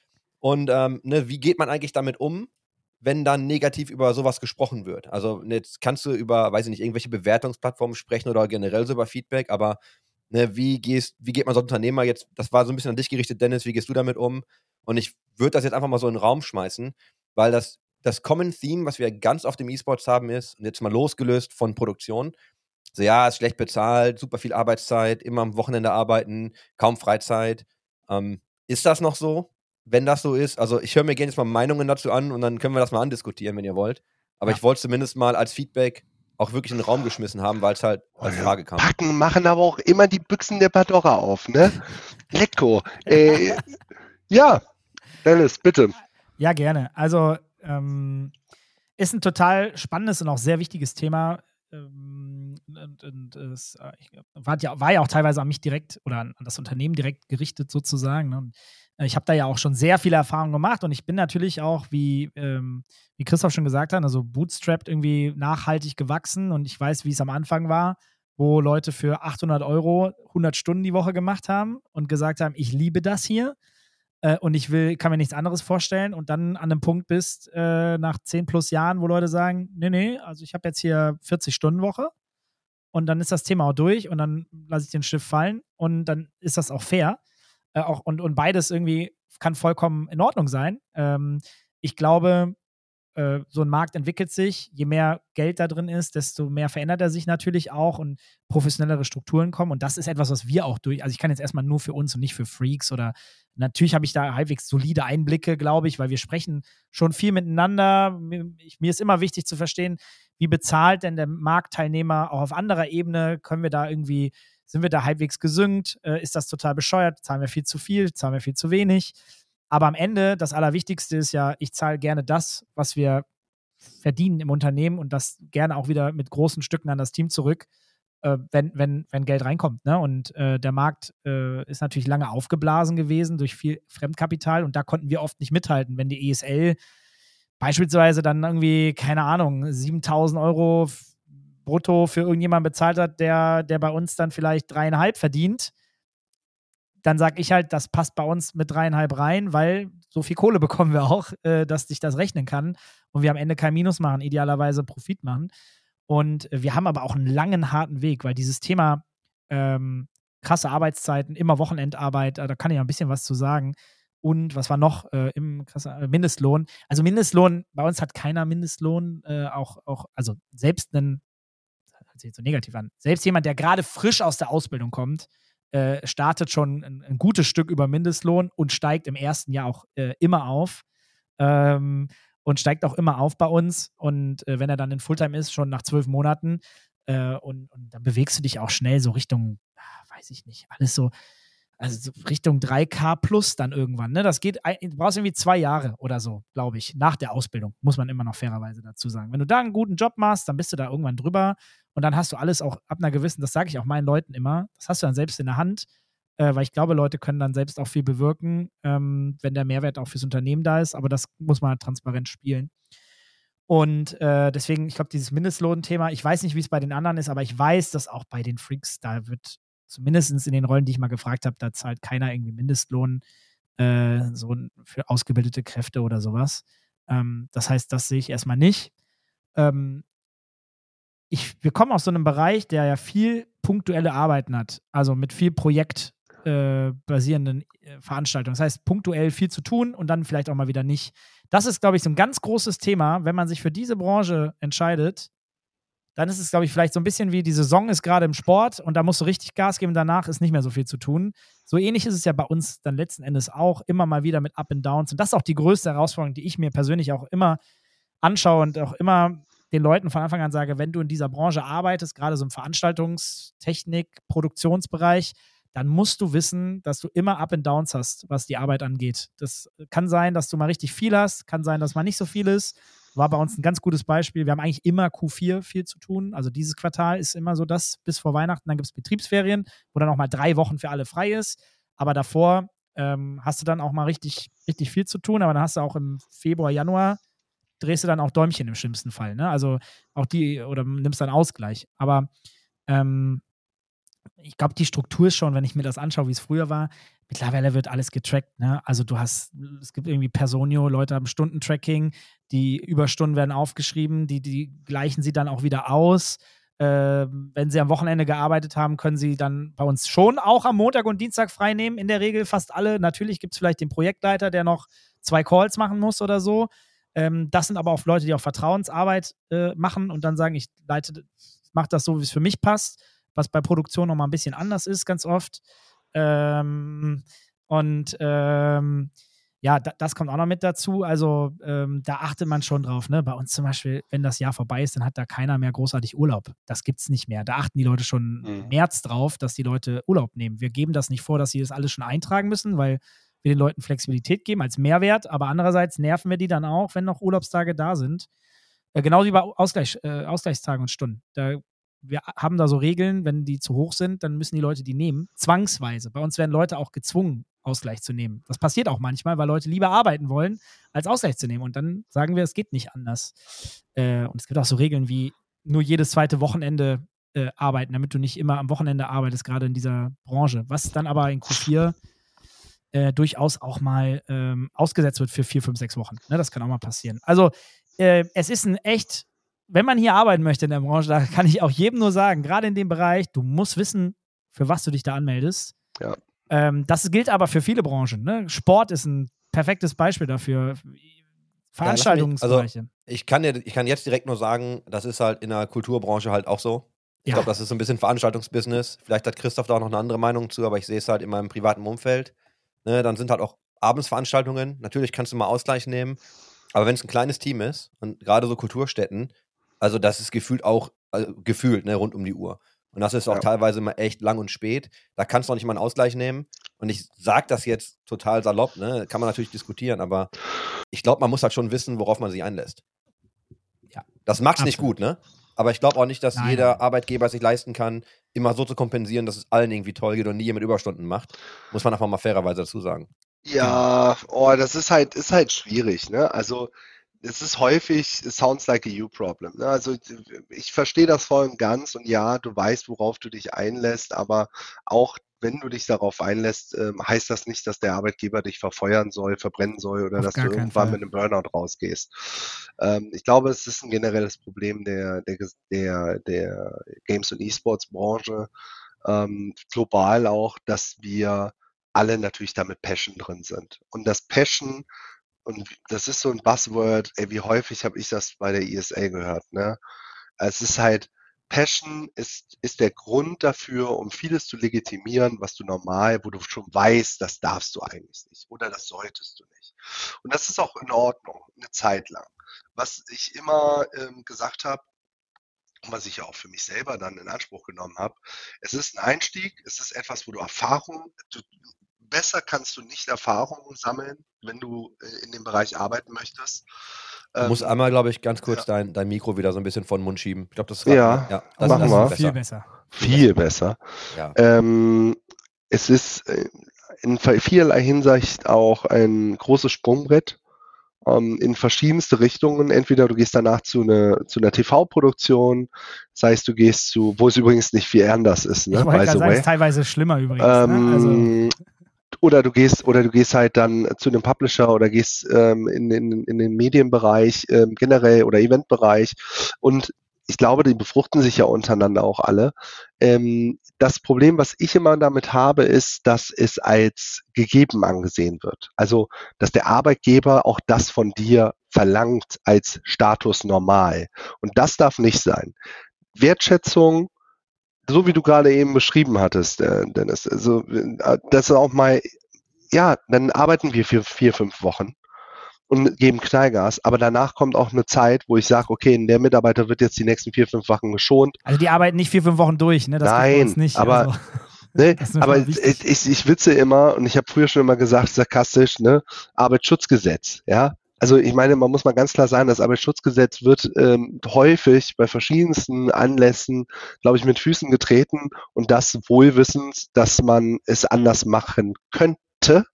Und ähm, ne, wie geht man eigentlich damit um, wenn dann negativ über sowas gesprochen wird? Also ne, jetzt kannst du über, weiß ich nicht, irgendwelche Bewertungsplattformen sprechen oder generell so über Feedback, aber ne, wie gehst, wie geht man so als Unternehmer jetzt, das war so ein bisschen an dich gerichtet, Dennis, wie gehst du damit um? Und ich würde das jetzt einfach mal so in den Raum schmeißen, weil das, das Common Theme, was wir ganz oft im E-Sports haben, ist, und jetzt mal losgelöst von Produktion, so ja, ist schlecht bezahlt, super viel Arbeitszeit, immer am Wochenende arbeiten, kaum Freizeit. Ähm, ist das noch so? Wenn das so ist, also ich höre mir gerne jetzt mal Meinungen dazu an und dann können wir das mal andiskutieren, wenn ihr wollt. Aber Ja. ich wollte zumindest mal als Feedback auch wirklich in den Raum geschmissen haben, weil es halt als Frage kam. Packen, machen aber auch immer die Büchsen der Pandora auf, ne? Lecko. Äh, ja, Dennis, bitte. Ja, gerne. Also, ähm, ist ein total spannendes und auch sehr wichtiges Thema. Ähm, und und es äh, ich, war, ja, war ja auch teilweise an mich direkt oder an, an das Unternehmen direkt gerichtet sozusagen. Ne? Und, äh, ich habe da ja auch schon sehr viele Erfahrungen gemacht und ich bin natürlich auch, wie, ähm, wie Christoph schon gesagt hat, also bootstrapped irgendwie nachhaltig gewachsen und ich weiß, wie es am Anfang war, wo Leute für achthundert Euro hundert Stunden die Woche gemacht haben und gesagt haben, ich liebe das hier. Äh, und ich will, kann mir nichts anderes vorstellen und dann an einem Punkt bist, äh, nach zehn plus Jahren, wo Leute sagen, nee, nee, also ich habe jetzt hier vierzig Stunden Woche und dann ist das Thema auch durch und dann lasse ich den Stift fallen und dann ist das auch fair. Äh, auch, und, und beides irgendwie kann vollkommen in Ordnung sein. Ähm, ich glaube, äh, so ein Markt entwickelt sich, je mehr Geld da drin ist, desto mehr verändert er sich natürlich auch und professionellere Strukturen kommen und das ist etwas, was wir auch durch, also ich kann jetzt erstmal nur für uns und nicht für Freaks oder natürlich habe ich da halbwegs solide Einblicke, glaube ich, weil wir sprechen schon viel miteinander. Mir, ich, mir ist immer wichtig zu verstehen, wie bezahlt denn der Marktteilnehmer auch auf anderer Ebene? Können wir da irgendwie, sind wir da halbwegs gesynkt? Äh, ist das total bescheuert? Zahlen wir viel zu viel? Zahlen wir viel zu wenig? Aber am Ende, das Allerwichtigste ist ja, ich zahle gerne das, was wir verdienen im Unternehmen und das gerne auch wieder mit großen Stücken an das Team zurück, äh, wenn, wenn, wenn Geld reinkommt. Ne? Und äh, der Markt äh, ist natürlich lange aufgeblasen gewesen durch viel Fremdkapital und da konnten wir oft nicht mithalten. Wenn die E S L beispielsweise dann irgendwie, keine Ahnung, siebentausend Euro brutto für irgendjemanden bezahlt hat, der, der bei uns dann vielleicht dreieinhalb verdient, dann sage ich halt, das passt bei uns mit dreieinhalb rein, weil so viel Kohle bekommen wir auch, äh, dass sich das rechnen kann und wir am Ende kein Minus machen, idealerweise Profit machen. Und wir haben aber auch einen langen, harten Weg, weil dieses Thema ähm, krasse Arbeitszeiten, immer Wochenendarbeit, da kann ich ja ein bisschen was zu sagen. Und was war noch äh, im krasse, Mindestlohn? Also Mindestlohn, bei uns hat keiner Mindestlohn, äh, auch, auch, also selbst ein, hört sich jetzt so negativ an, selbst jemand, der gerade frisch aus der Ausbildung kommt, äh, startet schon ein, ein gutes Stück über Mindestlohn und steigt im ersten Jahr auch äh, immer auf. Ähm, und steigt auch immer auf bei uns. Und äh, wenn er dann in Fulltime ist, schon nach zwölf Monaten, äh, und, und dann bewegst du dich auch schnell so Richtung, ah, weiß ich nicht, alles so, also so Richtung drei K plus dann irgendwann. Ne? Das geht, du brauchst irgendwie zwei Jahre oder so, glaube ich, nach der Ausbildung, muss man immer noch fairerweise dazu sagen. Wenn du da einen guten Job machst, dann bist du da irgendwann drüber und dann hast du alles auch ab einer gewissen, das sage ich auch meinen Leuten immer, das hast du dann selbst in der Hand. Äh, weil ich glaube, Leute können dann selbst auch viel bewirken, ähm, wenn der Mehrwert auch fürs Unternehmen da ist, aber das muss man halt transparent spielen. Und äh, deswegen, ich glaube, dieses Mindestlohn-Thema, ich weiß nicht, wie es bei den anderen ist, aber ich weiß, dass auch bei den Freaks, da wird zumindest in den Rollen, die ich mal gefragt habe, da zahlt keiner irgendwie Mindestlohn äh, so für ausgebildete Kräfte oder sowas. Ähm, das heißt, das sehe ich erstmal nicht. Ähm, ich, wir kommen aus so einem Bereich, der ja viel punktuelle Arbeiten hat, also mit viel Projekt Äh, basierenden äh, Veranstaltungen. Das heißt, punktuell viel zu tun und dann vielleicht auch mal wieder nicht. Das ist, glaube ich, so ein ganz großes Thema. Wenn man sich für diese Branche entscheidet, dann ist es, glaube ich, vielleicht so ein bisschen wie die Saison ist gerade im Sport und da musst du richtig Gas geben, danach ist nicht mehr so viel zu tun. So ähnlich ist es ja bei uns dann letzten Endes auch, immer mal wieder mit Up and Downs. Und das ist auch die größte Herausforderung, die ich mir persönlich auch immer anschaue und auch immer den Leuten von Anfang an sage, wenn du in dieser Branche arbeitest, gerade so im Veranstaltungstechnik, Produktionsbereich, dann musst du wissen, dass du immer Up and Downs hast, was die Arbeit angeht. Das kann sein, dass du mal richtig viel hast, kann sein, dass mal nicht so viel ist. War bei uns ein ganz gutes Beispiel. Wir haben eigentlich immer Q vier viel zu tun. Also dieses Quartal ist immer so das bis vor Weihnachten. Dann gibt es Betriebsferien, wo dann auch mal drei Wochen für alle frei ist. Aber davor ähm, hast du dann auch mal richtig, richtig viel zu tun. Aber dann hast du auch im Februar, Januar drehst du dann auch Däumchen im schlimmsten Fall. Ne? Also auch die, oder nimmst dann Ausgleich. Aber ähm, ich glaube, die Struktur ist schon, wenn ich mir das anschaue, wie es früher war, mittlerweile wird alles getrackt. Ne? Also du hast, es gibt irgendwie Personio, Leute haben Stundentracking, die Überstunden werden aufgeschrieben, die, die gleichen sie dann auch wieder aus. Äh, wenn sie am Wochenende gearbeitet haben, können sie dann bei uns schon auch am Montag und Dienstag frei nehmen, in der Regel fast alle. Natürlich gibt es vielleicht den Projektleiter, der noch zwei Calls machen muss oder so. Ähm, das sind aber auch Leute, die auch Vertrauensarbeit äh, machen und dann sagen, ich leite, mache das so, wie es für mich passt, was bei Produktion nochmal ein bisschen anders ist, ganz oft. Ähm, und ähm, ja, da, das kommt auch noch mit dazu. Also ähm, da achtet man schon drauf. Ne? Bei uns zum Beispiel, wenn das Jahr vorbei ist, dann hat da keiner mehr großartig Urlaub. Das gibt es nicht mehr. Da achten die Leute schon Mhm. im März drauf, dass die Leute Urlaub nehmen. Wir geben das nicht vor, dass sie das alles schon eintragen müssen, weil wir den Leuten Flexibilität geben als Mehrwert. Aber andererseits nerven wir die dann auch, wenn noch Urlaubstage da sind. Äh, genau wie bei Ausgleich, äh, Ausgleichstagen und Stunden. Da Wir haben da so Regeln, wenn die zu hoch sind, dann müssen die Leute die nehmen. Zwangsweise. Bei uns werden Leute auch gezwungen, Ausgleich zu nehmen. Das passiert auch manchmal, weil Leute lieber arbeiten wollen, als Ausgleich zu nehmen. Und dann sagen wir, es geht nicht anders. Äh, und es gibt auch so Regeln wie nur jedes zweite Wochenende äh, arbeiten, damit du nicht immer am Wochenende arbeitest, gerade in dieser Branche. Was dann aber in Q vier äh, durchaus auch mal ähm, ausgesetzt wird für vier, fünf, sechs Wochen. Ne, das kann auch mal passieren. Also äh, es ist ein echt, wenn man hier arbeiten möchte in der Branche, da kann ich auch jedem nur sagen, gerade in dem Bereich, du musst wissen, für was du dich da anmeldest. Ja. Ähm, das gilt aber für viele Branchen. Ne? Sport ist ein perfektes Beispiel dafür. Veranstaltungsbereiche. Ja, also ich kann dir, ich kann jetzt direkt nur sagen, das ist halt in der Kulturbranche halt auch so. Ich Ja. glaube, das ist so ein bisschen Veranstaltungsbusiness. Vielleicht hat Christoph da auch noch eine andere Meinung zu, aber ich sehe es halt in meinem privaten Umfeld. Ne, dann sind halt auch Abendsveranstaltungen. Natürlich kannst du mal Ausgleich nehmen, aber wenn es ein kleines Team ist und gerade so Kulturstätten, also das ist gefühlt auch, also gefühlt, ne, rund um die Uhr. Und das ist auch Ja. teilweise mal echt lang und spät. Da kannst du noch nicht mal einen Ausgleich nehmen. Und ich sage das jetzt total salopp, ne? Kann man natürlich diskutieren, aber ich glaube, man muss halt schon wissen, worauf man sich einlässt. Ja. Das macht's nicht Absolut. gut, ne? Aber ich glaube auch nicht, dass Nein, jeder nein. Arbeitgeber sich leisten kann, immer so zu kompensieren, dass es allen irgendwie toll geht und nie jemand Überstunden macht. Muss man einfach mal fairerweise dazu sagen. Ja, oh, das ist halt, ist halt schwierig, ne? Also, es ist häufig, it sounds like a you problem, ne? Also, ich verstehe das voll und ganz und ja, du weißt, worauf du dich einlässt, aber auch wenn du dich darauf einlässt, ähm, heißt das nicht, dass der Arbeitgeber dich verfeuern soll, verbrennen soll oder Auf dass gar du keinen irgendwann Fall. mit einem Burnout rausgehst. Ähm, ich glaube, es ist ein generelles Problem der, der, der, der Games- und E-Sports-Branche, ähm, global auch, dass wir alle natürlich da mit Passion drin sind. Und das Passion, und das ist so ein Buzzword, ey, wie häufig habe ich das bei der E S A gehört, ne? Es ist halt, Passion ist, ist der Grund dafür, um vieles zu legitimieren, was du normal, wo du schon weißt, das darfst du eigentlich nicht oder das solltest du nicht. Und das ist auch in Ordnung, eine Zeit lang. Was ich immer ähm, gesagt habe, und was ich ja auch für mich selber dann in Anspruch genommen habe, es ist ein Einstieg, es ist etwas, wo du Erfahrung, du, besser kannst du nicht Erfahrungen sammeln, wenn du äh, in dem Bereich arbeiten möchtest. Du musst Ähm, einmal, glaube ich, ganz kurz ja. dein, dein Mikro wieder so ein bisschen vor den Mund schieben. Ich glaube, das ist Ja, ja, Oh, das, machen das wir. ist besser. Viel besser. Viel besser. Ja. Ähm, es ist äh, in vielerlei Hinsicht auch ein großes Sprungbrett ähm, in verschiedenste Richtungen. Entweder du gehst danach zu einer zu einer T V-Produktion, sei es du gehst zu, wo es übrigens nicht viel anders ist, ne? Ich wollte By gerade the sagen, es way. ist teilweise schlimmer übrigens. Ne? Also, Ähm, oder du gehst oder du gehst halt dann zu einem Publisher oder gehst ähm, in, in, in den Medienbereich ähm, generell oder Eventbereich und ich glaube, die befruchten sich ja untereinander auch alle. Ähm, das Problem, was ich immer damit habe, ist, dass es als gegeben angesehen wird. Also, dass der Arbeitgeber auch das von dir verlangt als Status normal. Und das darf nicht sein. Wertschätzung, so wie du gerade eben beschrieben hattest, äh, Dennis, also äh, das ist auch mal, ja, dann arbeiten wir für vier, fünf Wochen und geben Knallgas, aber danach kommt auch eine Zeit, wo ich sage, okay, der Mitarbeiter wird jetzt die nächsten vier, fünf Wochen geschont. also die arbeiten nicht vier, fünf Wochen durch, ne? Das gibt's bei uns Nein, nicht. aber, Also, ne, das ist mir aber schon mal wichtig. ich, ich witze immer und ich habe früher schon immer gesagt, sarkastisch, ne, Arbeitsschutzgesetz, ja. Also ich meine, man muss mal ganz klar sagen, das Arbeitsschutzgesetz wird ähm, häufig bei verschiedensten Anlässen, glaube ich, mit Füßen getreten und das wohlwissend, dass man es anders machen könnte.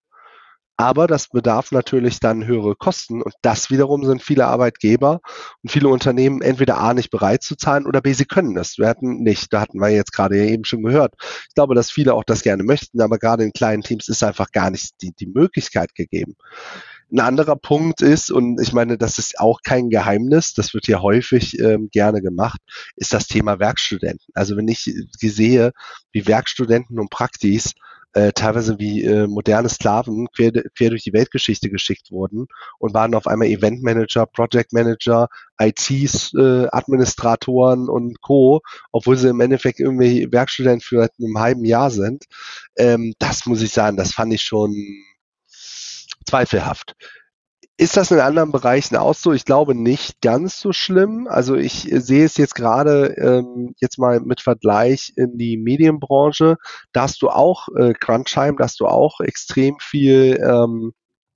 Aber das bedarf natürlich dann höhere Kosten und das wiederum sind viele Arbeitgeber und viele Unternehmen entweder A nicht bereit zu zahlen oder B, sie können es. Wir hatten nicht, da hatten wir jetzt gerade ja eben schon gehört. Ich glaube, dass viele auch das gerne möchten, aber gerade in kleinen Teams ist einfach gar nicht die, die Möglichkeit gegeben. Ein anderer Punkt ist, und ich meine, das ist auch kein Geheimnis, das wird ja häufig ähm, gerne gemacht, ist das Thema Werkstudenten. Also wenn ich sehe, wie Werkstudenten und Praktis äh, teilweise wie äh, moderne Sklaven quer, quer durch die Weltgeschichte geschickt wurden und waren auf einmal Eventmanager, Projectmanager, I Ts, äh, Administratoren und Co., obwohl sie im Endeffekt irgendwie Werkstudenten für einem halben Jahr sind. Ähm, das muss ich sagen, das fand ich schon zweifelhaft. Ist das in anderen Bereichen auch so? Ich glaube nicht ganz so schlimm. Also ich sehe es jetzt gerade ähm, jetzt mal mit Vergleich in die Medienbranche. Da hast du auch äh, Crunchtime, da hast du auch extrem viel ähm,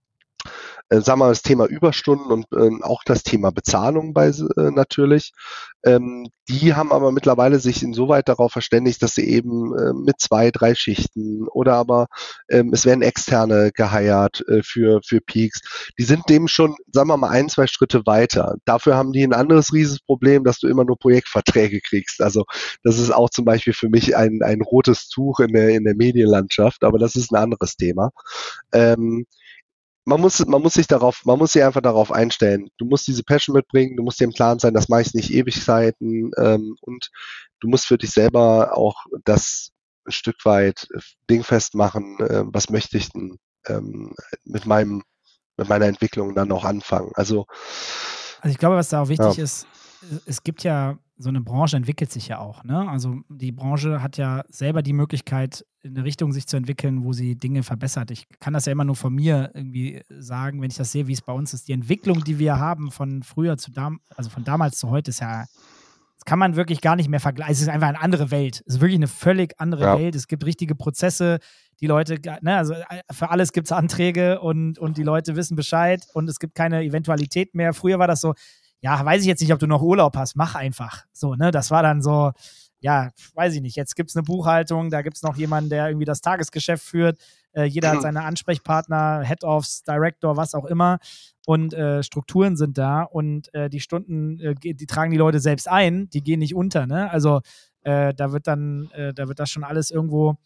äh, sagen wir mal, das Thema Überstunden und ähm, auch das Thema Bezahlung bei äh, natürlich. Ähm, die haben aber mittlerweile sich insoweit darauf verständigt, dass sie eben äh, mit zwei, drei Schichten oder aber ähm, es werden Externe geheiert äh, für, für Peaks. Die sind dem schon, sagen wir mal, ein, zwei Schritte weiter. Dafür haben die ein anderes Riesenproblem, dass du immer nur Projektverträge kriegst. Also das ist auch zum Beispiel für mich ein, ein rotes Tuch in der, in der Medienlandschaft, aber das ist ein anderes Thema. Ähm, man muss, man muss sich darauf, man muss sich einfach darauf einstellen. Du musst diese Passion mitbringen, du musst dir im Klaren sein, das mache ich nicht Ewigkeiten ähm, und du musst für dich selber auch das ein Stück weit dingfest machen, äh, was möchte ich denn ähm, mit meinem, mit meiner Entwicklung dann auch anfangen. Also, Also ich glaube, was da auch wichtig Ja. ist, es gibt ja, so eine Branche entwickelt sich ja auch. Ne? Also die Branche hat ja selber die Möglichkeit, in eine Richtung sich zu entwickeln, wo sie Dinge verbessert. Ich kann das ja immer nur von mir irgendwie sagen, wenn ich das sehe, wie es bei uns ist. Die Entwicklung, die wir haben von früher zu damals, also von damals zu heute, ist ja, das kann man wirklich gar nicht mehr vergleichen. Es ist einfach eine andere Welt. Es ist wirklich eine völlig andere Ja. Welt. Es gibt richtige Prozesse. Die Leute, ne, also für alles gibt es Anträge und, und die Leute wissen Bescheid und es gibt keine Eventualität mehr. Früher war das so, ja, weiß ich jetzt nicht, ob du noch Urlaub hast, mach einfach. So, ne, das war dann so, ja, weiß ich nicht, jetzt gibt es eine Buchhaltung, da gibt es noch jemanden, der irgendwie das Tagesgeschäft führt. Äh, jeder hat seine Ansprechpartner, Head-Offs, Director, was auch immer. Und äh, Strukturen sind da und äh, die Stunden, äh, die tragen die Leute selbst ein, die gehen nicht unter, ne? Also äh, da wird dann, äh, da wird das schon alles irgendwo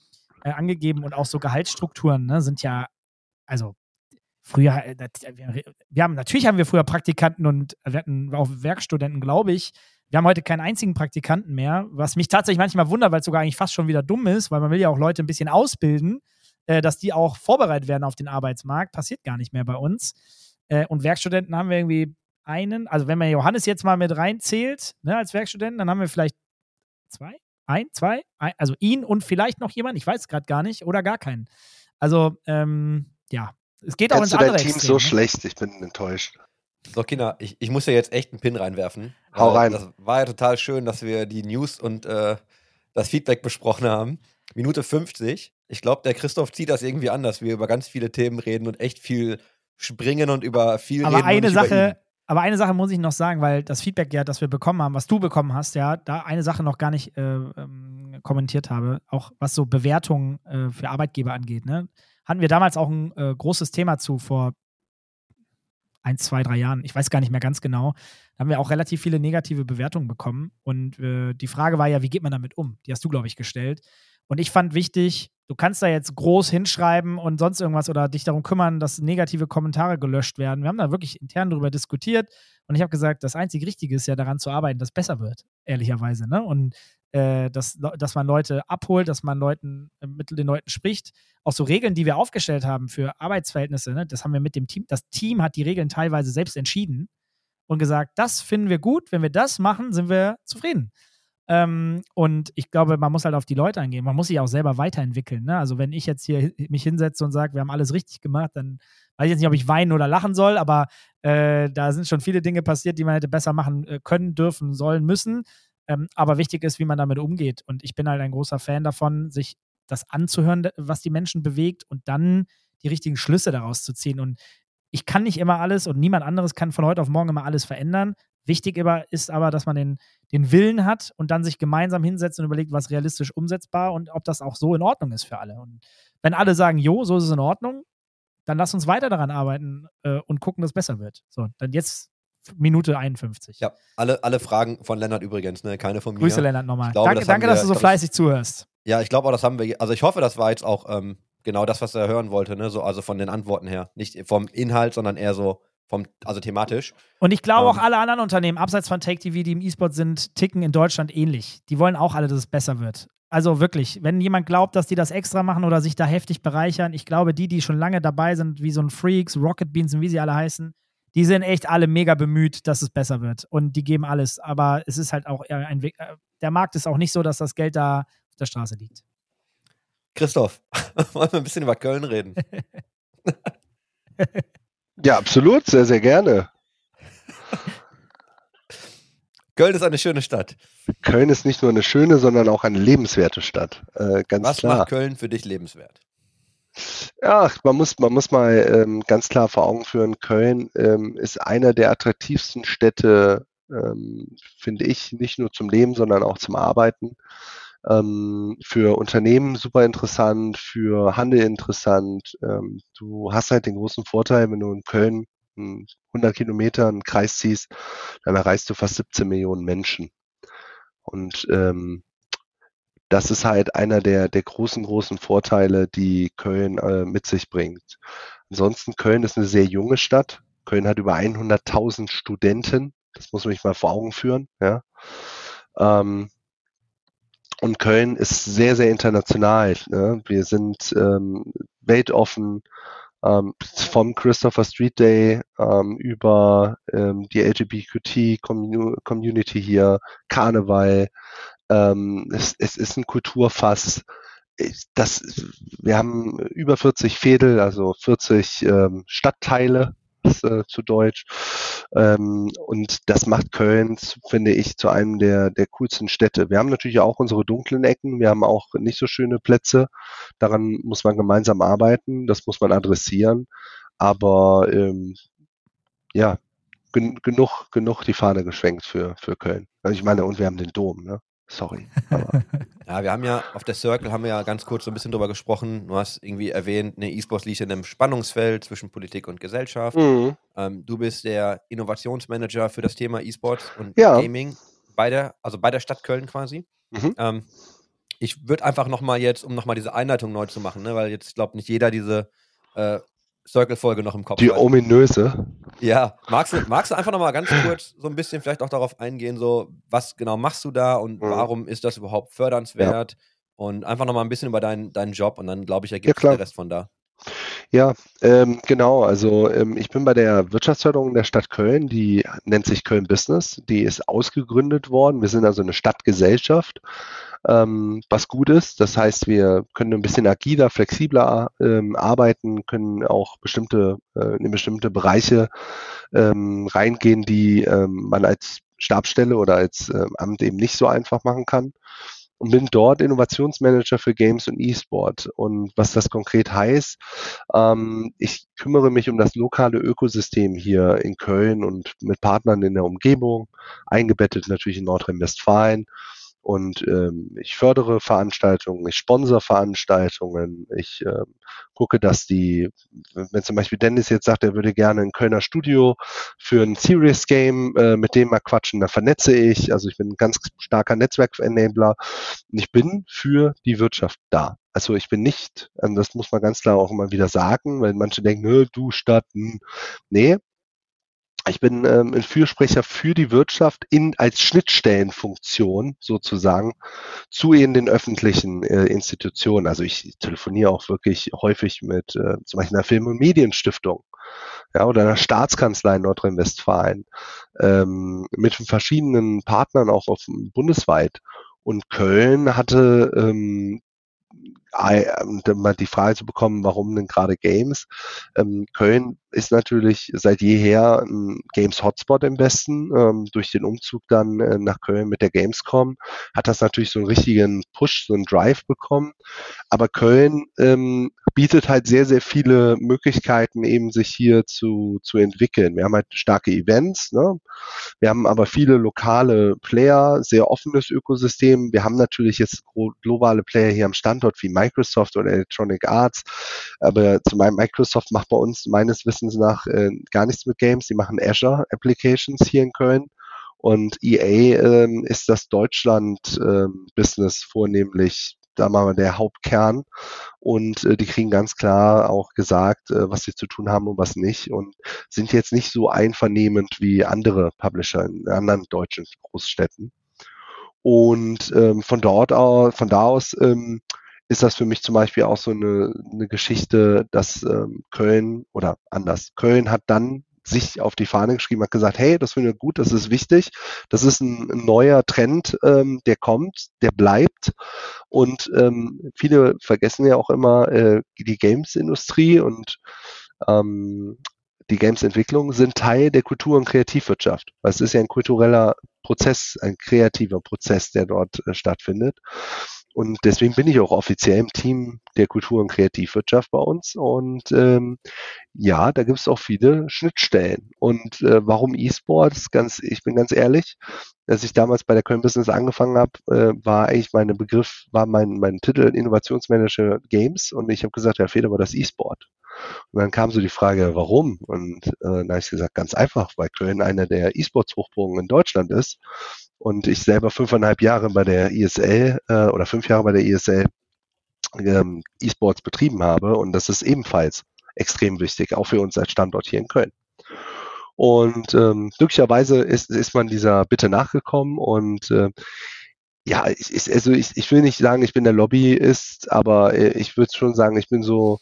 äh, angegeben und auch so Gehaltsstrukturen, ne, sind ja, also früher, äh, wir, wir haben, natürlich haben wir früher Praktikanten und wir hatten auch Werkstudenten, glaube ich. Wir haben heute keinen einzigen Praktikanten mehr, was mich tatsächlich manchmal wundert, weil es sogar eigentlich fast schon wieder dumm ist, weil man will ja auch Leute ein bisschen ausbilden, äh, dass die auch vorbereitet werden auf den Arbeitsmarkt. Passiert gar nicht mehr bei uns. Äh, und Werkstudenten haben wir irgendwie einen, also wenn man Johannes jetzt mal mit reinzählt, ne, als Werkstudenten, dann haben wir vielleicht zwei, ein, zwei, ein, also ihn und vielleicht noch jemand, ich weiß es gerade gar nicht, oder gar keinen. Also, ähm, ja, es geht auch ins Kennst du andere dein Team Extrem, so ne? schlecht? Ich bin enttäuscht. So, Kinder, ich, ich muss ja jetzt echt einen Pin reinwerfen. Hau weil rein. Das war ja total schön, dass wir die News und äh, das Feedback besprochen haben. Minute fünfzig. Ich glaube, der Christoph zieht das irgendwie an, dass wir über ganz viele Themen reden und echt viel springen und über viel Aber reden. und eine nicht über ihn. Sache, aber eine Sache muss ich noch sagen, weil das Feedback, ja, das wir bekommen haben, was du bekommen hast, ja, da eine Sache noch gar nicht äh, ähm, kommentiert habe, auch was so Bewertungen äh, für Arbeitgeber angeht, ne? Hatten wir damals auch ein äh, großes Thema zu vor ein, zwei, drei Jahren. Ich weiß gar nicht mehr ganz genau. Da haben wir auch relativ viele negative Bewertungen bekommen. Und äh, die Frage war ja, wie geht man damit um? Die hast du, glaube ich, gestellt. Und ich fand wichtig, du kannst da jetzt groß hinschreiben und sonst irgendwas oder dich darum kümmern, dass negative Kommentare gelöscht werden. Wir haben da wirklich intern darüber diskutiert und ich habe gesagt, das einzig Richtige ist ja daran zu arbeiten, dass es besser wird, ehrlicherweise. Ne? Und äh, dass, dass man Leute abholt, dass man Leuten, äh, mit den Leuten spricht. Auch so Regeln, die wir aufgestellt haben für Arbeitsverhältnisse, ne? Das haben wir mit dem Team, das Team hat die Regeln teilweise selbst entschieden und gesagt, das finden wir gut, wenn wir das machen, sind wir zufrieden. Ähm, und ich glaube, man muss halt auf die Leute eingehen. Man muss sich auch selber weiterentwickeln. Ne? Also wenn ich jetzt hier mich hinsetze und sage, wir haben alles richtig gemacht, dann weiß ich jetzt nicht, ob ich weinen oder lachen soll, aber äh, da sind schon viele Dinge passiert, die man hätte besser machen können, dürfen, sollen, müssen. Ähm, aber wichtig ist, wie man damit umgeht. Und ich bin halt ein großer Fan davon, sich das anzuhören, was die Menschen bewegt und dann die richtigen Schlüsse daraus zu ziehen. Und ich kann nicht immer alles und niemand anderes kann von heute auf morgen immer alles verändern. Wichtig ist aber, dass man den, den Willen hat und dann sich gemeinsam hinsetzt und überlegt, was realistisch umsetzbar und ob das auch so in Ordnung ist für alle. Und wenn alle sagen, jo, so ist es in Ordnung, dann lass uns weiter daran arbeiten äh, und gucken, dass es besser wird. So, dann jetzt Minute einundfünfzig. Ja, alle, alle Fragen von Lennart übrigens, ne? Keine von mir. Grüße, Lennart, nochmal. glaube, Danke, das danke haben wir- dass du so das- fleißig zuhörst. Ja, ich glaube auch, das haben wir, also ich hoffe, das war jetzt auch ähm, genau das, was er hören wollte, ne? So, also von den Antworten her. Nicht vom Inhalt, sondern eher so vom, also thematisch. Und ich glaube auch Ähm. alle anderen Unternehmen, abseits von Take T V, die im E-Sport sind, ticken in Deutschland ähnlich. Die wollen auch alle, dass es besser wird. Also wirklich, wenn jemand glaubt, dass die das extra machen oder sich da heftig bereichern, ich glaube, die, die schon lange dabei sind, wie so ein Freaks, Rocket Beans und wie sie alle heißen, die sind echt alle mega bemüht, dass es besser wird. Und die geben alles. Aber es ist halt auch eher ein Weg. äh, Der Markt ist auch nicht so, dass das Geld da auf der Straße liegt. Christoph, wollen wir ein bisschen über Köln reden? Ja, absolut, sehr, sehr gerne. Köln ist eine schöne Stadt. Köln ist nicht nur eine schöne, sondern auch eine lebenswerte Stadt. Äh, ganz Was klar. macht Köln für dich lebenswert? Ja, man muss, man muss mal ähm, ganz klar vor Augen führen, Köln ähm, ist einer der attraktivsten Städte, ähm, finde ich, nicht nur zum Leben, sondern auch zum Arbeiten. Ähm, für Unternehmen super interessant, für Handel interessant. Ähm, du hast halt den großen Vorteil, wenn du in Köln hm, hundert Kilometer einen Kreis ziehst, dann erreichst du fast siebzehn Millionen Menschen. Und ähm, das ist halt einer der, der großen, großen Vorteile, die Köln äh, mit sich bringt. Ansonsten, Köln ist eine sehr junge Stadt. Köln hat über hunderttausend Studenten. Das muss man sich mal vor Augen führen. Ja. Ähm, und Köln ist sehr, sehr international. Ne? Wir sind ähm, weltoffen, ähm, vom Christopher Street Day ähm, über ähm, die L G B T Q-Community hier, Karneval. Ähm, es, es ist ein Kulturfass. Das, wir haben über vierzig Veedel, also vierzig ähm, Stadtteile äh, zu Deutsch. Ähm, und das macht Köln, finde ich, zu einem der, der coolsten Städte. Wir haben natürlich auch unsere dunklen Ecken. Wir haben auch nicht so schöne Plätze. Daran muss man gemeinsam arbeiten. Das muss man adressieren. Aber ähm, ja, gen genug, genug die Fahne geschwenkt für, für Köln. Also ich meine, und wir haben den Dom, ne? Sorry. Aber Ja, wir haben ja auf der Circle haben wir ja ganz kurz so ein bisschen drüber gesprochen. Du hast irgendwie erwähnt, ne, E-Sports liegt in einem Spannungsfeld zwischen Politik und Gesellschaft. mhm. Ähm, du bist der Innovationsmanager für das Thema E-Sports und Ja. Gaming bei der, also bei der Stadt Köln quasi. Mhm. Ähm, ich würde einfach nochmal jetzt, um nochmal diese Einleitung neu zu machen, ne, weil jetzt, ich glaube, nicht jeder diese äh, Circle-Folge noch im Kopf Die hat. ominöse. Ja, magst du, magst du einfach nochmal ganz kurz so ein bisschen vielleicht auch darauf eingehen, so was genau machst du da und Mhm. warum ist das überhaupt fördernswert? Und einfach nochmal ein bisschen über deinen, deinen Job und dann, glaube ich, Ja, ergibt sich klar. der Rest von da. Ja, ähm, genau. Also ähm, ich bin bei der Wirtschaftsförderung der Stadt Köln, die nennt sich Köln Business. Die ist ausgegründet worden. Wir sind also eine Stadtgesellschaft, ähm, was gut ist. Das heißt, wir können ein bisschen agiler, flexibler ähm, arbeiten, können auch bestimmte, äh, in bestimmte Bereiche ähm, reingehen, die ähm, man als Stabsstelle oder als ähm, Amt eben nicht so einfach machen kann. Und bin dort Innovationsmanager für Games und E-Sport. Und was das konkret heißt, ähm, ich kümmere mich um das lokale Ökosystem hier in Köln und mit Partnern in der Umgebung, eingebettet natürlich in Nordrhein-Westfalen. Und ähm, ich fördere Veranstaltungen, ich sponsere Veranstaltungen, ich ähm, gucke, dass die, wenn zum Beispiel Dennis jetzt sagt, er würde gerne ein Kölner Studio für ein Serious Game äh, mit dem mal quatschen, dann vernetze ich. Also ich bin ein ganz starker Netzwerk-Enabler und ich bin für die Wirtschaft da. Also ich bin nicht, ähm, das muss man ganz klar auch immer wieder sagen, weil manche denken, Nö, du Stadt, hm. Nee, ich bin ähm, ein Fürsprecher für die Wirtschaft in als Schnittstellenfunktion sozusagen zu in den öffentlichen äh, Institutionen. Also ich telefoniere auch wirklich häufig mit äh, zum Beispiel einer Film- und Medienstiftung, ja, oder einer Staatskanzlei in Nordrhein-Westfalen, ähm, mit verschiedenen Partnern auch auf bundesweit. Und Köln hatte ähm, um mal die Frage zu bekommen, warum denn gerade Games? Ähm, Köln ist natürlich seit jeher ein Games-Hotspot im Westen. Ähm, durch den Umzug dann äh, nach Köln mit der Gamescom hat das natürlich so einen richtigen Push, so einen Drive bekommen. Aber Köln ähm, bietet halt sehr, sehr viele Möglichkeiten, eben sich hier zu, zu entwickeln. Wir haben halt starke Events, ne? Wir haben aber viele lokale Player, sehr offenes Ökosystem. Wir haben natürlich jetzt globale Player hier am Standort wie Microsoft oder Electronic Arts. Aber zu meinem Microsoft macht bei uns meines Wissens nach äh, gar nichts mit Games. Die machen Azure Applications hier in Köln. Und E A ähm, ist das Deutschland-Business ähm, vornehmlich, da machen wir der Hauptkern. Und äh, die kriegen ganz klar auch gesagt, äh, was sie zu tun haben und was nicht. Und sind jetzt nicht so einvernehmend wie andere Publisher in anderen deutschen Großstädten. Und ähm, von dort aus, von da aus ähm, ist das für mich zum Beispiel auch so eine, eine Geschichte, dass ähm, Köln oder anders, Köln hat dann sich auf die Fahne geschrieben, hat gesagt, hey, das finden wir gut, das ist wichtig, das ist ein, ein neuer Trend, ähm, der kommt, der bleibt. Und ähm, viele vergessen ja auch immer äh, die Games-Industrie und ähm, die Games-Entwicklung sind Teil der Kultur- und Kreativwirtschaft. Weil es ist ja ein kultureller Prozess, ein kreativer Prozess, der dort äh, stattfindet. Und deswegen bin ich auch offiziell im Team der Kultur- und Kreativwirtschaft bei uns. Und ähm, ja, da gibt es auch viele Schnittstellen. Und äh, warum E-Sports? Ganz, ich bin ganz ehrlich, als ich damals bei der Köln Business angefangen habe, äh, war eigentlich mein Begriff, war mein, mein Titel Innovationsmanager Games und ich habe gesagt, ja, fehlt aber das E-Sport. Und dann kam so die Frage, warum? Und äh, dann habe ich gesagt, ganz einfach, weil Köln einer der E-Sports-Hochburgen in Deutschland ist und ich selber fünfeinhalb Jahre bei der I S L äh, oder fünf Jahre bei der I S L ähm, E-Sports betrieben habe und das ist ebenfalls extrem wichtig, auch für uns als Standort hier in Köln. Und ähm, glücklicherweise ist, ist man dieser Bitte nachgekommen und äh, ja, ich, ich, also ich, ich will nicht sagen, ich bin der Lobbyist, aber äh, ich würde schon sagen, ich bin so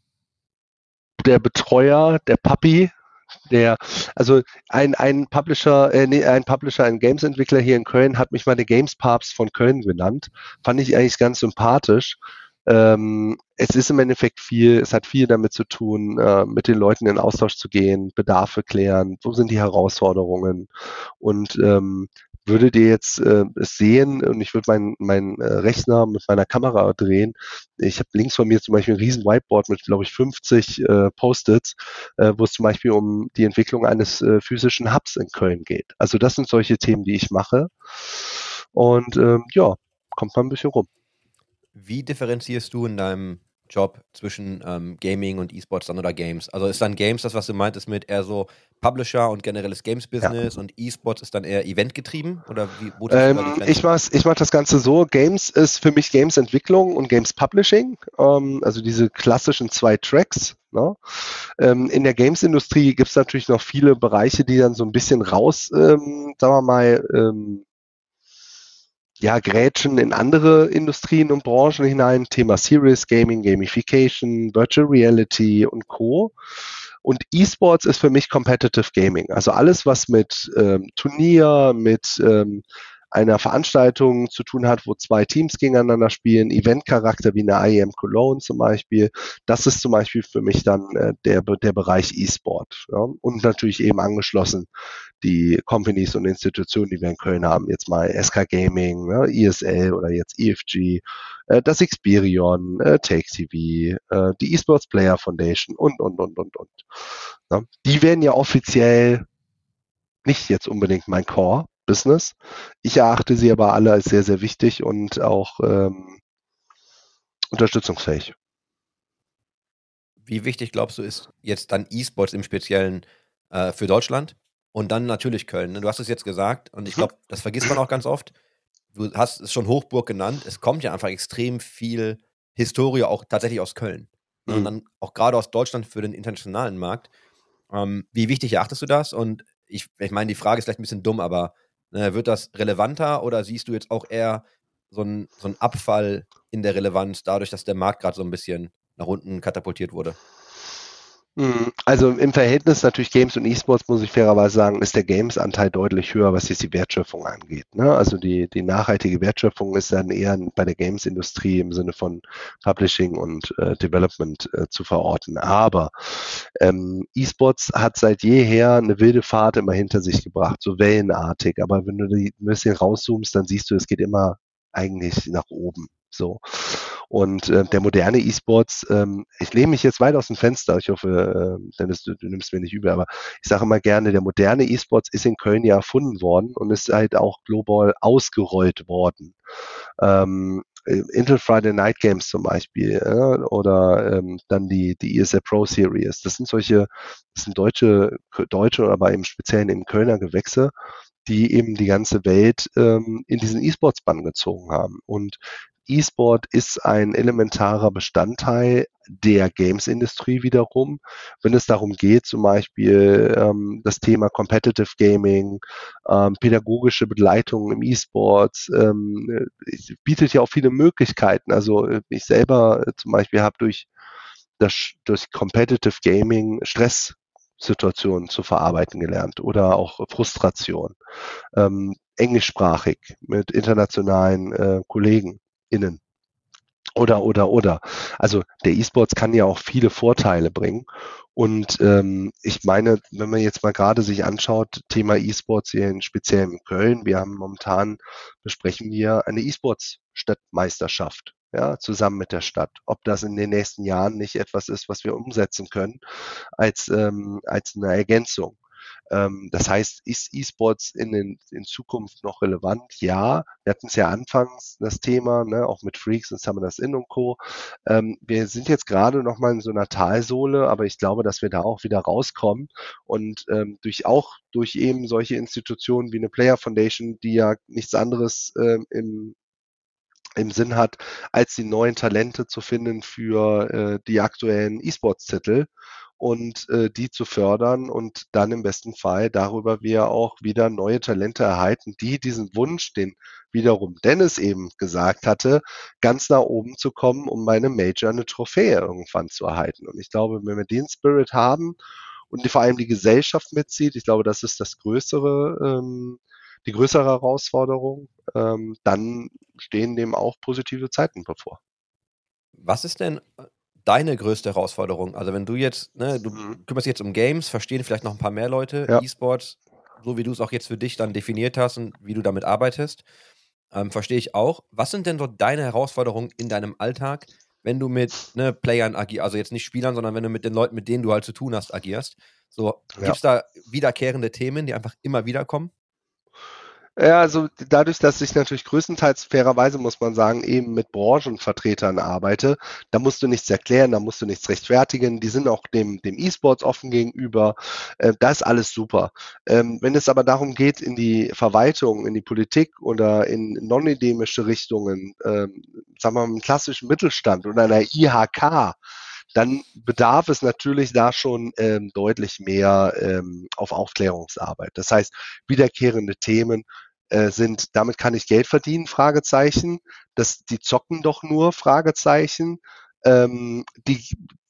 der Betreuer, der Papi, der, also ein, ein Publisher, äh, nee, ein Publisher, ein Games-Entwickler hier in Köln hat mich mal der Games-Papst von Köln genannt. Fand ich eigentlich ganz sympathisch. Ähm, es ist im Endeffekt viel, es hat viel damit zu tun, äh, mit den Leuten in Austausch zu gehen, Bedarfe klären, wo sind die Herausforderungen und ähm, würdet ihr jetzt äh, es sehen und ich würde meinen mein, äh, Rechner mit meiner Kamera drehen. Ich habe links von mir zum Beispiel ein riesen Whiteboard mit, glaube ich, fünfzig äh, Post-its, äh, wo es zum Beispiel um die Entwicklung eines äh, physischen Hubs in Köln geht. Also das sind solche Themen, die ich mache. Und ähm, ja, kommt mal ein bisschen rum. Wie differenzierst du in deinem Job zwischen ähm, Gaming und E-Sports dann oder Games? Also ist dann Games das, was du meintest mit eher so Publisher und generelles Games-Business und E-Sports ist dann eher eventgetrieben? Oder wie, wo ziehst du da die Ähm, Grenze? ich mach's, ich mach das Ganze so. Games ist für mich Games-Entwicklung und Games-Publishing. Ähm, also diese klassischen zwei Tracks. Ne? Ähm, in der Games-Industrie gibt es natürlich noch viele Bereiche, die dann so ein bisschen raus, ähm, sagen wir mal, ähm, ja, grätschen in andere Industrien und Branchen hinein. Thema Serious Gaming, Gamification, Virtual Reality und Co. Und E-Sports ist für mich Competitive Gaming. Also alles, was mit ähm, Turnier, mit ähm, einer Veranstaltung zu tun hat, wo zwei Teams gegeneinander spielen, Eventcharakter wie eine I E M Cologne zum Beispiel, das ist zum Beispiel für mich dann äh, der, der Bereich E-Sport. Ja? Und natürlich eben angeschlossen die Companies und Institutionen, die wir in Köln haben, jetzt mal S K Gaming, ne, I S L oder jetzt E F G, äh, das Experion, äh, Take T V, äh, die eSports Player Foundation und, und, und, und, und. Ne? Die werden ja offiziell nicht jetzt unbedingt mein Core-Business. Ich erachte sie aber alle als sehr, sehr wichtig und auch ähm, unterstützungsfähig. Wie wichtig glaubst du ist jetzt dann E-Sports im Speziellen äh, für Deutschland? Und dann natürlich Köln. Ne? Du hast es jetzt gesagt und ich glaube, das vergisst man auch ganz oft. Du hast es schon Hochburg genannt. Es kommt ja einfach extrem viel Historie auch tatsächlich aus Köln. Ne? Mhm. Und dann auch gerade aus Deutschland für den internationalen Markt. Ähm, wie wichtig erachtest du das? Und ich, ich meine, die Frage ist vielleicht ein bisschen dumm, aber ne, wird das relevanter oder siehst du jetzt auch eher so einen so einen Abfall in der Relevanz dadurch, dass der Markt gerade so ein bisschen nach unten katapultiert wurde? Also im Verhältnis natürlich Games und E-Sports, muss ich fairerweise sagen, ist der Games-Anteil deutlich höher, was jetzt die Wertschöpfung angeht. Ne? Also die, die nachhaltige Wertschöpfung ist dann eher bei der Games-Industrie im Sinne von Publishing und äh, Development äh, zu verorten. Aber ähm, E-Sports hat seit jeher eine wilde Fahrt immer hinter sich gebracht, so wellenartig. Aber wenn du die ein bisschen rauszoomst, dann siehst du, es geht immer eigentlich nach oben. So. Und äh, der moderne E-Sports, ähm, ich lehne mich jetzt weit aus dem Fenster, ich hoffe, äh, Dennis, du, du nimmst mir nicht übel, aber ich sage immer gerne, der moderne E-Sports ist in Köln ja erfunden worden und ist halt auch global ausgerollt worden. Ähm, Intel Friday Night Games zum Beispiel äh, oder ähm, dann die, die E S L Pro Series. Das sind solche, das sind deutsche, deutsche, aber im Speziellen eben Kölner Gewächse, die eben die ganze Welt ähm, in diesen E-Sports-Bann gezogen haben. Und E-Sport ist ein elementarer Bestandteil der Games-Industrie wiederum, wenn es darum geht, zum Beispiel ähm, das Thema Competitive Gaming, ähm, pädagogische Begleitung im E-Sports, ähm, bietet ja auch viele Möglichkeiten. Also ich selber äh, zum Beispiel habe durch das durch Competitive Gaming Stresssituationen zu verarbeiten gelernt oder auch Frustration, ähm, englischsprachig mit internationalen äh, Kollegen. Innen. Oder, oder, oder. Also der E-Sports kann ja auch viele Vorteile bringen. Und ähm, ich meine, wenn man jetzt mal gerade sich anschaut, Thema E-Sports hier in speziell in Köln, wir haben momentan, besprechen wir eine E-Sports-Stadtmeisterschaft, ja, zusammen mit der Stadt. Ob das in den nächsten Jahren nicht etwas ist, was wir umsetzen können als, ähm, als eine Ergänzung. Das heißt, ist E-Sports in, den, in Zukunft noch relevant? Ja, wir hatten es ja anfangs das Thema, ne, auch mit Freaks und Summoners Inn und Co. Ähm, wir sind jetzt gerade noch mal in so einer Talsohle, aber ich glaube, dass wir da auch wieder rauskommen und ähm, durch auch durch eben solche Institutionen wie eine Player Foundation, die ja nichts anderes ähm, im im Sinn hat, als die neuen Talente zu finden für äh, die aktuellen E-Sports-Titel und äh, die zu fördern und dann im besten Fall darüber wir auch wieder neue Talente erhalten, die diesen Wunsch, den wiederum Dennis eben gesagt hatte, ganz nach oben zu kommen, um bei einem Major eine Trophäe irgendwann zu erhalten. Und ich glaube, wenn wir den Spirit haben und vor allem die Gesellschaft mitzieht, ich glaube, das ist das größere, ähm, die größere Herausforderung, ähm, dann stehen dem auch positive Zeiten bevor. Was ist denn deine größte Herausforderung? Also wenn du jetzt, ne, du Mhm. kümmerst dich jetzt um Games, verstehen vielleicht noch ein paar mehr Leute, Ja. E-Sports, so wie du es auch jetzt für dich dann definiert hast und wie du damit arbeitest, ähm, verstehe ich auch. Was sind denn so deine Herausforderungen in deinem Alltag, wenn du mit ne, Playern agierst, also jetzt nicht Spielern, sondern wenn du mit den Leuten, mit denen du halt zu tun hast, agierst? So, Ja. gibt es da wiederkehrende Themen, die einfach immer wieder kommen? Ja, also dadurch, dass ich natürlich größtenteils fairerweise, muss man sagen, eben mit Branchenvertretern arbeite, da musst du nichts erklären, da musst du nichts rechtfertigen, die sind auch dem, dem E-Sports offen gegenüber, äh, da ist alles super. Ähm, wenn es aber darum geht, in die Verwaltung, in die Politik oder in non-endemische Richtungen, ähm, sagen wir mal im klassischen Mittelstand oder einer I H K, dann bedarf es natürlich da schon ähm, deutlich mehr ähm, auf Aufklärungsarbeit. Das heißt, wiederkehrende Themen äh, sind, damit kann ich Geld verdienen, Fragezeichen. Das, die zocken doch nur, Fragezeichen. Ähm, die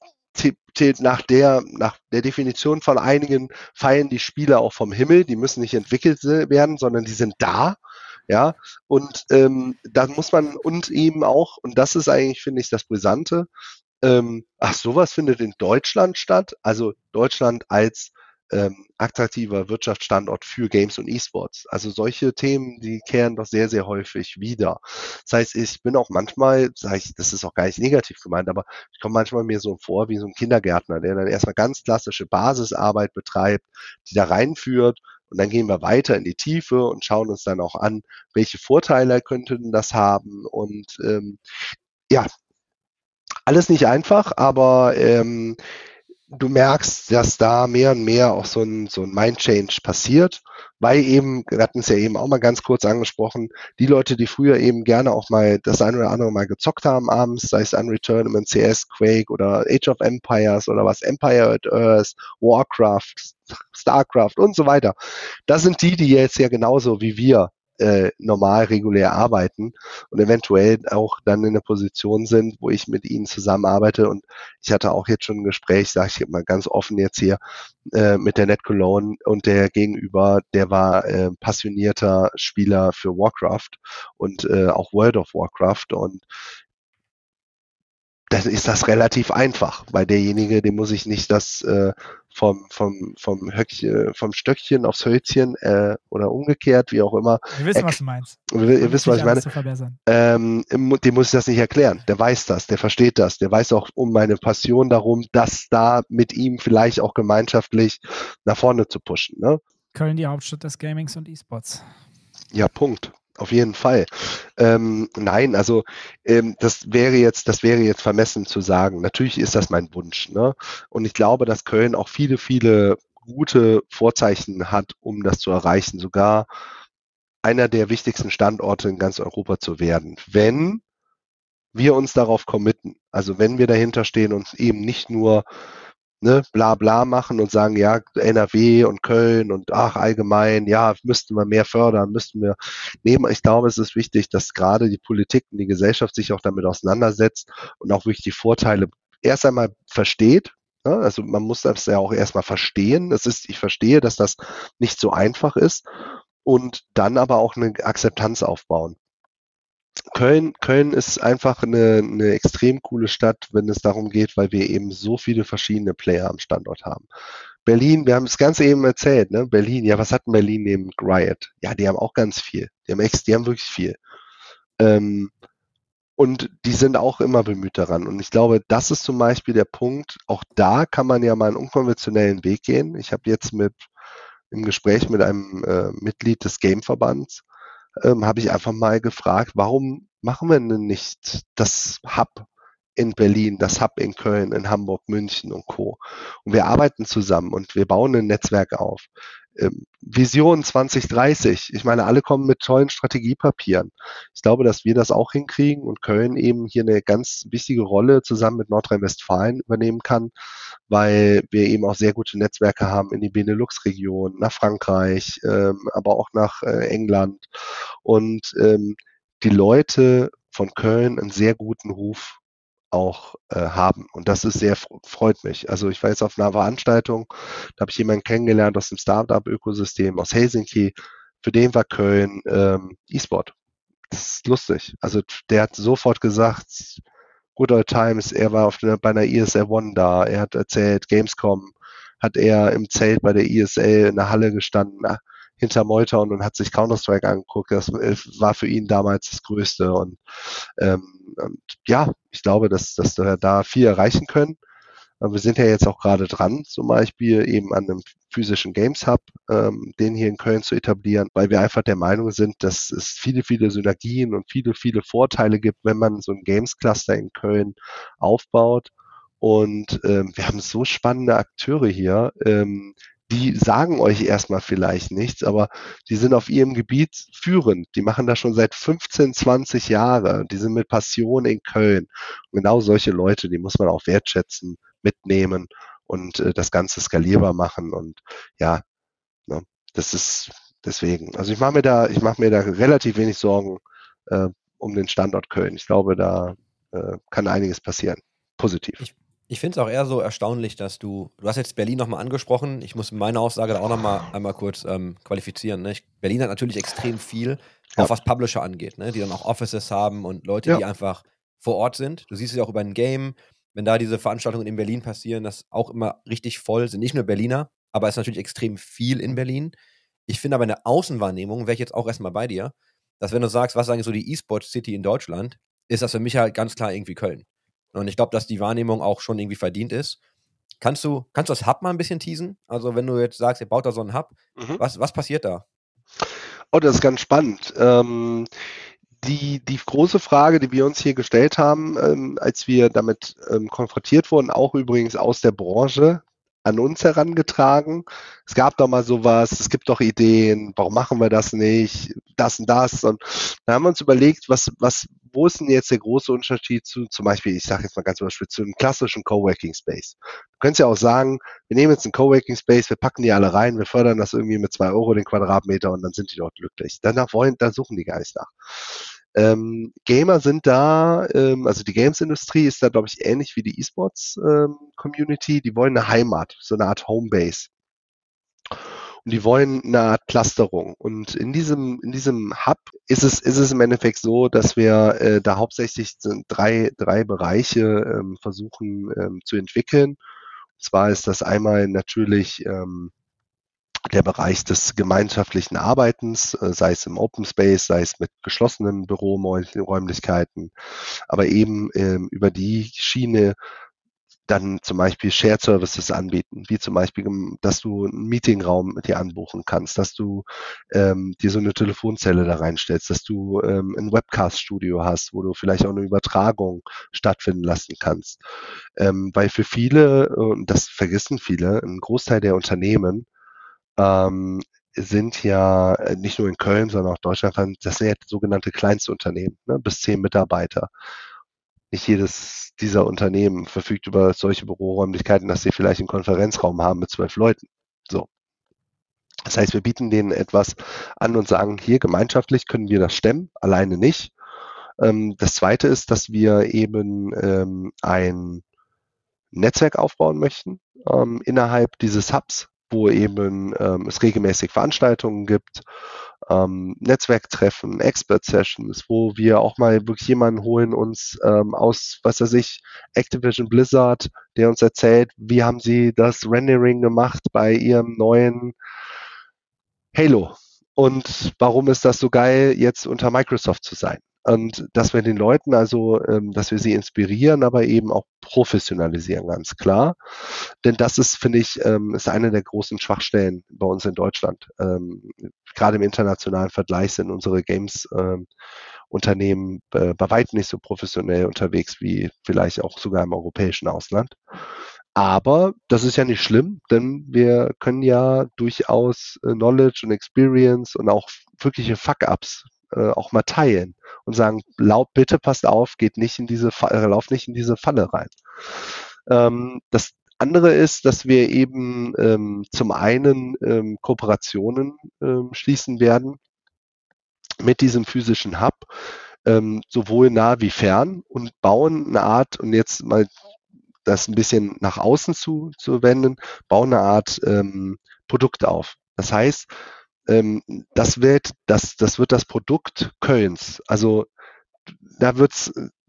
t- t- nach der, nach der Definition von einigen fallen die Spiele auch vom Himmel, die müssen nicht entwickelt se- werden, sondern die sind da. Ja, und ähm, da muss man und eben auch, und das ist eigentlich, finde ich, das Brisante, ähm, ach, sowas findet in Deutschland statt, also Deutschland als ähm, attraktiver Wirtschaftsstandort für Games und E-Sports. Also solche Themen, die kehren doch sehr, sehr häufig wieder. Das heißt, ich bin auch manchmal, sage ich, das ist auch gar nicht negativ gemeint, aber ich komme manchmal mir so vor wie so ein Kindergärtner, der dann erstmal ganz klassische Basisarbeit betreibt, die da reinführt. Und dann gehen wir weiter in die Tiefe und schauen uns dann auch an, welche Vorteile könnte denn das haben. Und ähm, ja, alles nicht einfach, aber ähm, du merkst, dass da mehr und mehr auch so ein, so ein Mind-Change passiert, weil eben, wir hatten es ja eben auch mal ganz kurz angesprochen, die Leute, die früher eben gerne auch mal das ein oder andere Mal gezockt haben abends, sei es Unreal Tournament, C S, Quake oder Age of Empires oder was, Empire at Earth, Warcraft, Starcraft und so weiter. Das sind die, die jetzt ja genauso wie wir äh, normal, regulär arbeiten und eventuell auch dann in der Position sind, wo ich mit ihnen zusammenarbeite. Und ich hatte auch jetzt schon ein Gespräch, sage ich mal ganz offen jetzt hier, äh, mit der Net Cologne und der Gegenüber, der war äh, passionierter Spieler für Warcraft und äh, auch World of Warcraft und dann ist das relativ einfach, weil derjenige, dem muss ich nicht das äh, vom, vom, vom, Höckchen, vom Stöckchen aufs Hölzchen äh, oder umgekehrt, wie auch immer. Wir wissen, Er, was du meinst. ihr wisst, was ich meine. Zu verbessern. Ähm, dem muss ich das nicht erklären. Der weiß das, der versteht das, der weiß auch um meine Passion darum, das da mit ihm vielleicht auch gemeinschaftlich nach vorne zu pushen. Ne? Köln, die Hauptstadt des Gamings und E-Sports. Ja, Punkt. Auf jeden Fall. Ähm, nein, also ähm, das wäre jetzt, das wäre jetzt vermessen zu sagen. Natürlich ist das mein Wunsch, ne? Und ich glaube, dass Köln auch viele, viele gute Vorzeichen hat, um das zu erreichen, sogar einer der wichtigsten Standorte in ganz Europa zu werden, wenn wir uns darauf committen. Also wenn wir dahinter stehen und eben nicht nur ne, bla bla machen und sagen, ja, N R W und Köln und ach, allgemein, ja, müssten wir mehr fördern, müssten wir nehmen. Ich glaube, es ist wichtig, dass gerade die Politik und die Gesellschaft sich auch damit auseinandersetzt und auch wirklich die Vorteile erst einmal versteht. Ne? Also man muss das ja auch erstmal verstehen. Es ist, ich verstehe, dass das nicht so einfach ist und dann aber auch eine Akzeptanz aufbauen. Köln, Köln ist einfach eine, eine extrem coole Stadt, wenn es darum geht, weil wir eben so viele verschiedene Player am Standort haben. Berlin, wir haben das Ganze eben erzählt, ne? Berlin, ja, was hat denn Berlin neben Riot? Ja, die haben auch ganz viel. Die haben, ex, die haben wirklich viel. Ähm, und die sind auch immer bemüht daran. Und ich glaube, das ist zum Beispiel der Punkt, auch da kann man ja mal einen unkonventionellen Weg gehen. Ich habe jetzt mit im Gespräch mit einem äh, Mitglied des Gameverbands ähm, habe ich einfach mal gefragt, warum machen wir denn nicht das Hub in Berlin, das Hub in Köln, in Hamburg, München und Co. Und wir arbeiten zusammen und wir bauen ein Netzwerk auf. Ähm, Vision zwanzig dreißig, ich meine, alle kommen mit tollen Strategiepapieren. Ich glaube, dass wir das auch hinkriegen und Köln eben hier eine ganz wichtige Rolle zusammen mit Nordrhein-Westfalen übernehmen kann, weil wir eben auch sehr gute Netzwerke haben in die Benelux-Region, nach Frankreich, ähm, aber auch nach äh, England und ähm, die Leute von Köln einen sehr guten Ruf auch äh, haben. Und das ist sehr, freut mich. Also ich war jetzt auf einer Veranstaltung, da habe ich jemanden kennengelernt aus dem Startup-Ökosystem aus Helsinki. Für den war Köln ähm, E-Sport. Das ist lustig. Also der hat sofort gesagt, Good Old Times, er war auf einer, bei einer E S L One da, er hat erzählt, Gamescom hat er im Zelt bei der E S L in der Halle gestanden, hinter Moitown und hat sich Counter-Strike angeguckt. Das war für ihn damals das Größte. Und, ähm, und ja, ich glaube, dass, dass wir da viel erreichen können. Wir sind ja jetzt auch gerade dran, zum Beispiel eben an einem physischen Games Hub, ähm, den hier in Köln zu etablieren, weil wir einfach der Meinung sind, dass es viele, viele Synergien und viele, viele Vorteile gibt, wenn man so ein Games Cluster in Köln aufbaut. Und ähm, wir haben so spannende Akteure hier, ähm, die sagen euch erstmal vielleicht nichts, aber die sind auf ihrem Gebiet führend. Die machen das schon seit fünfzehn, zwanzig Jahren. Die sind mit Passion in Köln. Und genau solche Leute, die muss man auch wertschätzen, mitnehmen und äh, das Ganze skalierbar machen. Und ja, ne, das ist deswegen. Also ich mache mir da, ich mache mir da relativ wenig Sorgen äh, um den Standort Köln. Ich glaube, da äh, kann einiges passieren. Positiv. Ich, ich finde es auch eher so erstaunlich, dass du, du hast jetzt Berlin nochmal angesprochen, ich muss meine Aussage da auch nochmal einmal kurz ähm, qualifizieren. Ne? Ich, Berlin hat natürlich extrem viel, Ja. auch was Publisher angeht, ne? Die dann auch Offices haben und Leute, Ja. die einfach vor Ort sind. Du siehst es ja auch über ein Game, wenn da diese Veranstaltungen in Berlin passieren, das auch immer richtig voll sind. Nicht nur Berliner, aber es ist natürlich extrem viel in Berlin. Ich finde aber in der Außenwahrnehmung, wäre ich jetzt auch erstmal bei dir, dass wenn du sagst, was ist eigentlich so die E-Sport-City in Deutschland, ist das für mich halt ganz klar irgendwie Köln. Und ich glaube, dass die Wahrnehmung auch schon irgendwie verdient ist. Kannst du, kannst du das Hub mal ein bisschen teasen? Also wenn du jetzt sagst, ihr baut da so einen Hub, Mhm. was, was passiert da? Oh, das ist ganz spannend. Ähm, die, die große Frage, die wir uns hier gestellt haben, ähm, als wir damit ähm, konfrontiert wurden, auch übrigens aus der Branche, an uns herangetragen. Es gab doch mal sowas, es gibt doch Ideen, warum machen wir das nicht, das und das. Und da haben wir uns überlegt, was, was, wo ist denn jetzt der große Unterschied zu, zum Beispiel, ich sage jetzt mal ganz zum Beispiel, zu einem klassischen Coworking Space. Du könntest ja auch sagen, wir nehmen jetzt einen Coworking Space, wir packen die alle rein, wir fördern das irgendwie mit zwei Euro den Quadratmeter und dann sind die dort glücklich. Danach wollen, da suchen die gar nicht nach. Ähm, Gamer sind da, ähm, also die Games-Industrie ist da, glaube ich, ähnlich wie die E-Sports-Community. Ähm, die wollen eine Heimat, so eine Art Homebase. Und die wollen eine Art Clusterung. Und in diesem, in diesem Hub ist es, ist es im Endeffekt so, dass wir äh, da hauptsächlich drei, drei Bereiche ähm, versuchen ähm, zu entwickeln. Und zwar ist das einmal natürlich ähm, der Bereich des gemeinschaftlichen Arbeitens, äh, sei es im Open Space, sei es mit geschlossenen Büroräumlichkeiten, aber eben ähm, über die Schiene dann zum Beispiel Shared Services anbieten, wie zum Beispiel, dass du einen Meetingraum mit dir anbuchen kannst, dass du ähm, dir so eine Telefonzelle da reinstellst, dass du ähm, ein Webcast-Studio hast, wo du vielleicht auch eine Übertragung stattfinden lassen kannst. Ähm, weil für viele, und das vergessen viele, ein Großteil der Unternehmen ähm, sind ja nicht nur in Köln, sondern auch Deutschland, das sind ja sogenannte Kleinstunternehmen, ne, bis zehn Mitarbeiter. Nicht jedes dieser Unternehmen verfügt über solche Büroräumlichkeiten, dass sie vielleicht einen Konferenzraum haben mit zwölf Leuten. So. Das heißt, wir bieten denen etwas an und sagen, hier gemeinschaftlich können wir das stemmen, alleine nicht. Ähm, das Zweite ist, dass wir eben ähm, ein Netzwerk aufbauen möchten ähm, innerhalb dieses Hubs, wo eben ähm, es regelmäßig Veranstaltungen gibt, ähm, Netzwerktreffen, Expert-Sessions, wo wir auch mal wirklich jemanden holen uns ähm, aus, was weiß ich, Activision Blizzard, der uns erzählt, wie haben sie das Rendering gemacht bei ihrem neuen Halo und warum ist das so geil, jetzt unter Microsoft zu sein. Und dass wir den Leuten also, ähm, dass wir sie inspirieren, aber eben auch professionalisieren, ganz klar. Denn das ist, finde ich, ähm, ist eine der großen Schwachstellen bei uns in Deutschland. Ähm, gerade im internationalen Vergleich sind unsere Games-Unternehmen ähm, äh, bei weitem nicht so professionell unterwegs wie vielleicht auch sogar im europäischen Ausland. Aber das ist ja nicht schlimm, denn wir können ja durchaus äh, Knowledge und Experience und auch wirkliche Fuck-Ups äh, auch mal teilen und sagen, laut, bitte passt auf, geht nicht in diese, äh, lauft nicht in diese Falle rein. Ähm, das andere ist, dass wir eben ähm, zum einen ähm, Kooperationen ähm, schließen werden mit diesem physischen Hub, ähm, sowohl nah wie fern und bauen eine Art, und jetzt mal das ein bisschen nach außen zu, zu wenden, bauen eine Art ähm, Produkt auf. Das heißt, ähm, das wird das, das wird das Produkt Kölns. Also da wird's,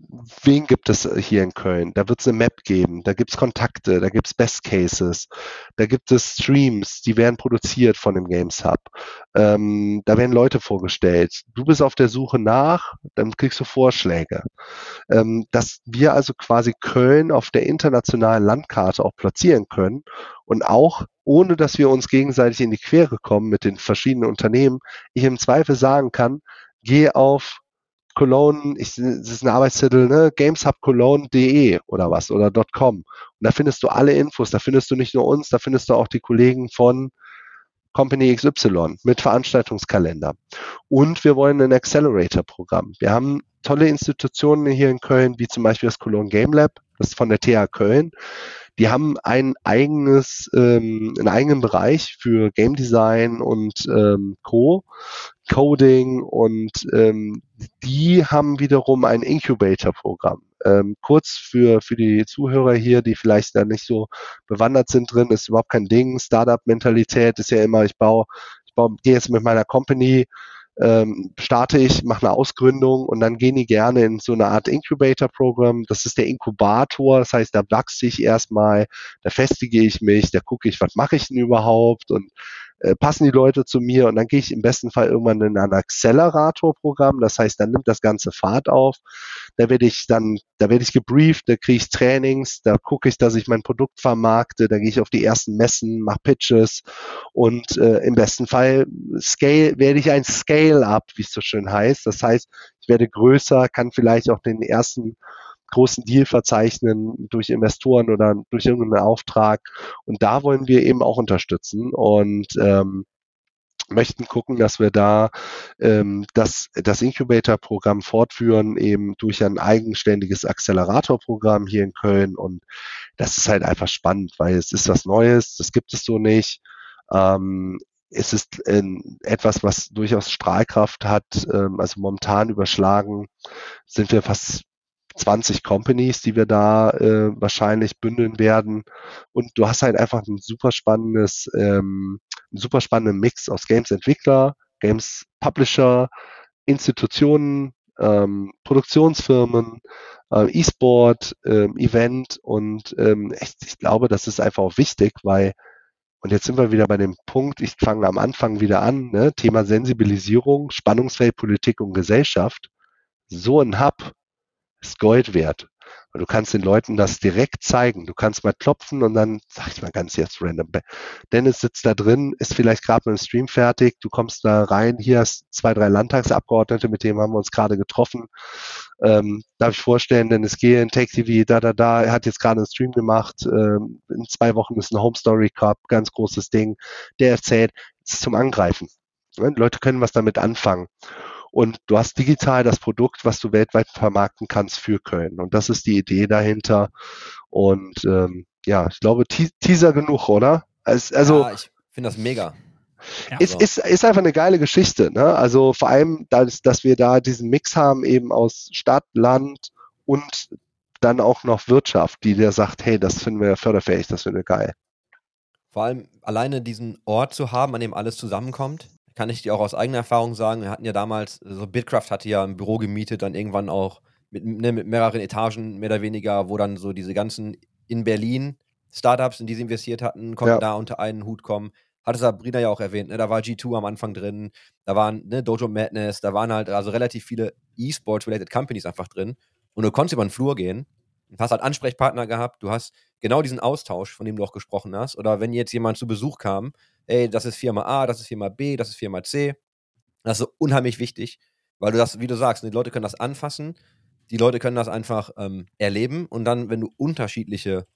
wen gibt es hier in Köln? Da wird es eine Map geben, da gibt es Kontakte, da gibt es Best Cases, da gibt es Streams, die werden produziert von dem Games Hub. Ähm, da werden Leute vorgestellt. Du bist auf der Suche nach, dann kriegst du Vorschläge. Ähm, dass wir also quasi Köln auf der internationalen Landkarte auch platzieren können und auch, ohne dass wir uns gegenseitig in die Quere kommen mit den verschiedenen Unternehmen, ich im Zweifel sagen kann, geh auf Cologne, ich, das ist ein Arbeitstitel, ne, gameshubcologne punkt de oder was, oder .com. Und da findest du alle Infos, da findest du nicht nur uns, da findest du auch die Kollegen von Company X Y mit Veranstaltungskalender. Und wir wollen ein Accelerator-Programm. Wir haben tolle Institutionen hier in Köln, wie zum Beispiel das Cologne Game Lab, das ist von der T H Köln. Die haben ein eigenes, ähm, einen eigenen Bereich für Game Design und ähm, Co. Coding und ähm, die haben wiederum ein Incubator-Programm. Ähm, kurz für, für die Zuhörer hier, die vielleicht da nicht so bewandert sind drin, ist überhaupt kein Ding. Startup-Mentalität ist ja immer, ich baue, ich baue, gehe jetzt mit meiner Company, ähm, starte ich, mache eine Ausgründung und dann gehen die gerne in so eine Art Incubator-Programm. Das ist der Inkubator, das heißt, da wachse ich erstmal, da festige ich mich, da gucke ich, was mache ich denn überhaupt und äh, passen die Leute zu mir und dann gehe ich im besten Fall irgendwann in ein Accelerator-Programm, das heißt, dann nimmt das Ganze Fahrt auf, da werde ich dann, da werde ich gebrieft, da kriege ich Trainings, da gucke ich, dass ich mein Produkt vermarkte, da gehe ich auf die ersten Messen, mache Pitches und äh, im besten Fall scale, werde ich ein Scale-Up, wie es so schön heißt, das heißt, ich werde größer, kann vielleicht auch den ersten großen Deal verzeichnen durch Investoren oder durch irgendeinen Auftrag. Und da wollen wir eben auch unterstützen und ähm, möchten gucken, dass wir da ähm, das, das Incubator-Programm fortführen, eben durch ein eigenständiges Accelerator-Programm hier in Köln. Und das ist halt einfach spannend, weil es ist was Neues, das gibt es so nicht. Ähm, es ist äh, etwas, was durchaus Strahlkraft hat. Ähm, also momentan überschlagen sind wir fast zwanzig Companies, die wir da äh, wahrscheinlich bündeln werden. Und du hast halt einfach ein super spannendes, ähm, einen super spannenden Mix aus Games-Entwickler, Games-Publisher, Institutionen, ähm, Produktionsfirmen, äh, E-Sport, ähm, Event und ähm, echt, ich glaube, das ist einfach auch wichtig, weil, und jetzt sind wir wieder bei dem Punkt, ich fange am Anfang wieder an, ne, Thema Sensibilisierung, Spannungsfeld Politik und Gesellschaft. So ein Hub ist Gold wert. Und du kannst den Leuten das direkt zeigen. Du kannst mal klopfen und dann, sag ich mal ganz jetzt random, Dennis sitzt da drin, ist vielleicht gerade mit dem Stream fertig, du kommst da rein, hier hast zwei, drei Landtagsabgeordnete, mit denen haben wir uns gerade getroffen. Ähm, darf ich vorstellen, Dennis Gehlen, Take T V, da, da, da, er hat jetzt gerade einen Stream gemacht, ähm, in zwei Wochen ist ein Home Story Cup, ganz großes Ding, der erzählt, es ist zum Angreifen. Ja, die Leute können was damit anfangen. Und du hast digital das Produkt, was du weltweit vermarkten kannst für Köln. Und das ist die Idee dahinter. Und ähm, ja, ich glaube, te Teaser genug, oder? Also, also ja, ich finde das mega. Ja. ist, ist, ist einfach eine geile Geschichte. Ne? Also vor allem, dass, dass wir da diesen Mix haben eben aus Stadt, Land und dann auch noch Wirtschaft, die dir sagt, hey, das finden wir förderfähig, das finden wir geil. Vor allem alleine diesen Ort zu haben, an dem alles zusammenkommt, kann ich dir auch aus eigener Erfahrung sagen. Wir hatten ja damals, so Bitcraft hatte ja ein Büro gemietet, dann irgendwann auch mit, ne, mit mehreren Etagen, mehr oder weniger, wo dann so diese ganzen in Berlin Startups, in die sie investiert hatten, konnten Ja. da unter einen Hut kommen. Hatte Sabrina ja auch erwähnt, ne? Da war G zwei am Anfang drin, da waren ne, Dojo Madness, da waren halt also relativ viele E-Sports-related Companies einfach drin. Und du konntest über den Flur gehen und hast halt Ansprechpartner gehabt, du hast genau diesen Austausch, von dem du auch gesprochen hast. Oder wenn jetzt jemand zu Besuch kam, ey, das ist Firma A, das ist Firma B, das ist Firma C. Das ist so unheimlich wichtig, weil du das, wie du sagst, die Leute können das anfassen, die Leute können das einfach ähm, erleben und dann, wenn du unterschiedliche,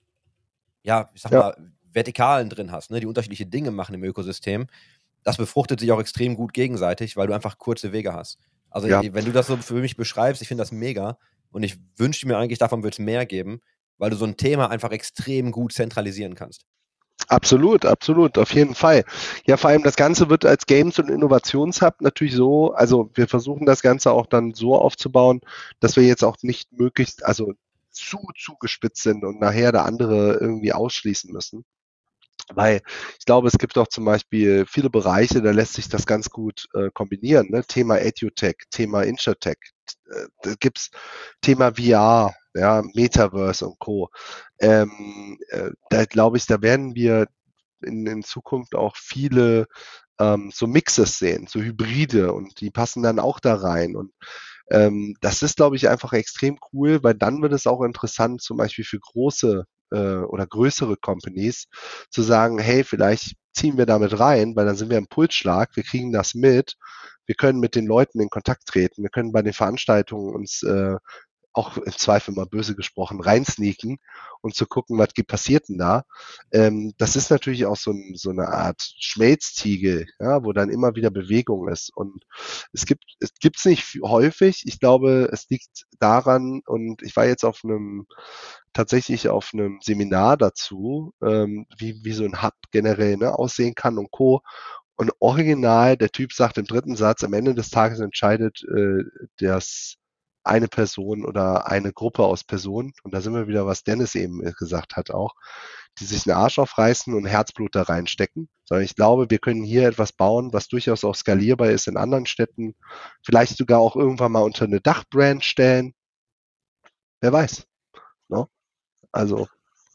ja, ich sag Ja. mal, Vertikalen drin hast, ne, die unterschiedliche Dinge machen im Ökosystem, das befruchtet sich auch extrem gut gegenseitig, weil du einfach kurze Wege hast. Also Ja. wenn du das so für mich beschreibst, ich finde das mega und ich wünschte mir eigentlich, davon wird es mehr geben, weil du so ein Thema einfach extrem gut zentralisieren kannst. Absolut, absolut, auf jeden Fall. Ja, vor allem das Ganze wird als Games- und Innovationshub natürlich so, also wir versuchen das Ganze auch dann so aufzubauen, dass wir jetzt auch nicht möglichst, also zu zugespitzt sind und nachher da andere irgendwie ausschließen müssen. Weil ich glaube, es gibt auch zum Beispiel viele Bereiche, da lässt sich das ganz gut äh, kombinieren. Ne? Thema EduTech, Thema InsurTech, äh, da gibt's Thema V R, ja, Metaverse und Co. Ähm, äh, da glaube ich, da werden wir in, in Zukunft auch viele ähm, so Mixes sehen, so Hybride und die passen dann auch da rein. Und ähm, das ist, glaube ich, einfach extrem cool, weil dann wird es auch interessant, zum Beispiel für große äh, oder größere Companies zu sagen, hey, vielleicht ziehen wir damit rein, weil dann sind wir im Pulsschlag, wir kriegen das mit, wir können mit den Leuten in Kontakt treten, wir können bei den Veranstaltungen uns äh, auch im Zweifel mal böse gesprochen, reinsneaken und zu gucken, was ge- passiert denn da. Ähm, das ist natürlich auch so, ein, so eine Art Schmelztiegel, ja, wo dann immer wieder Bewegung ist. Und es gibt es gibt's nicht f- häufig. Ich glaube, es liegt daran, und ich war jetzt auf einem tatsächlich auf einem Seminar dazu, ähm, wie, wie so ein Hub generell ne, aussehen kann und Co. Und original, der Typ sagt im dritten Satz, am Ende des Tages entscheidet äh, das eine Person oder eine Gruppe aus Personen, und da sind wir wieder, was Dennis eben äh, gesagt hat auch, die sich einen Arsch aufreißen und Herzblut da reinstecken. Sondern ich glaube, wir können hier etwas bauen, was durchaus auch skalierbar ist in anderen Städten, vielleicht sogar auch irgendwann mal unter eine Dachbrand stellen. Wer weiß. Ne? Also,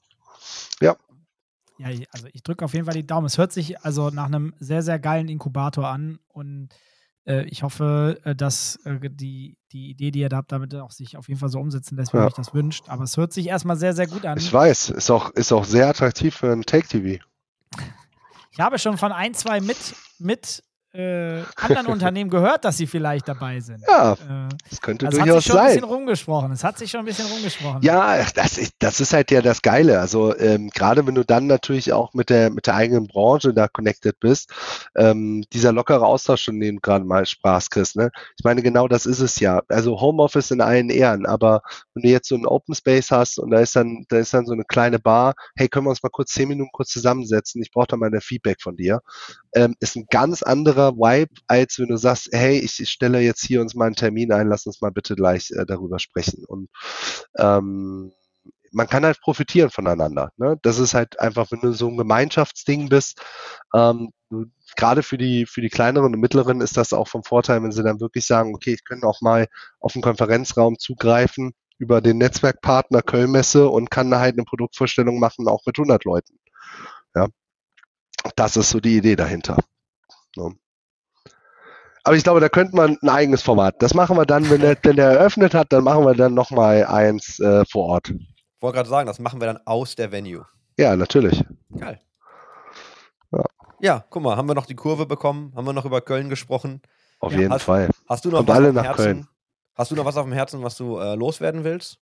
ja. Ja, ich- also ich drücke auf jeden Fall die Daumen. Es hört sich also nach einem sehr, sehr geilen Inkubator an und äh, ich hoffe, äh, dass äh, die, die Idee, die ihr da habt, damit auch sich auf jeden Fall so umsetzen lässt, wie ihr Ja. euch das wünscht. Aber es hört sich erstmal sehr, sehr gut an. Ich weiß, ist auch, ist auch sehr attraktiv für ein Take-T V. Ich habe schon von ein, zwei mit, mit äh, anderen Unternehmen gehört, dass sie vielleicht dabei sind. Ja, Äh, das könnte also es hat durchaus sich schon ein sein. bisschen rumgesprochen. Es hat sich schon ein bisschen rumgesprochen. Ja, das ist, das ist halt ja das Geile. Also ähm, gerade wenn du dann natürlich auch mit der mit der eigenen Branche da connected bist, ähm, dieser lockere Austausch, von dem du gerade mal sprachst, Chris, ne? Ich meine, genau das ist es ja. Also Homeoffice in allen Ehren, aber wenn du jetzt so einen Open Space hast und da ist dann, da ist dann so eine kleine Bar, hey, können wir uns mal kurz zehn Minuten kurz zusammensetzen? Ich brauche da mal ein Feedback von dir. Ähm, ist ein ganz anderer Vibe, als wenn du sagst, hey, ich, ich stelle jetzt hier uns mal einen Termin ein, lass uns mal bitte gleich äh, darüber sprechen. Und ähm, man kann halt profitieren voneinander. Ne? Das ist halt einfach, wenn du so ein Gemeinschaftsding bist, ähm, du, gerade für die, für die kleineren und mittleren ist das auch vom Vorteil, wenn sie dann wirklich sagen, okay, ich kann auch mal auf den Konferenzraum zugreifen über den Netzwerkpartner Kölnmesse und kann da halt eine Produktvorstellung machen, auch mit hundert Leuten. Ja, das ist so die Idee dahinter. Ne? Aber ich glaube, da könnte man ein eigenes Format. Das machen wir dann, wenn der, wenn der eröffnet hat, dann machen wir dann nochmal eins äh, vor Ort. Ich wollte gerade sagen, das machen wir dann aus der Venue. Ja, natürlich. Geil. Ja. Ja, guck mal, haben wir noch die Kurve bekommen? Haben wir noch über Köln gesprochen? Auf Ja, jeden hast, Fall. Hast du noch Kommt was alle auf dem nach Herzen? Köln. Hast du noch was auf dem Herzen, was du äh, loswerden willst?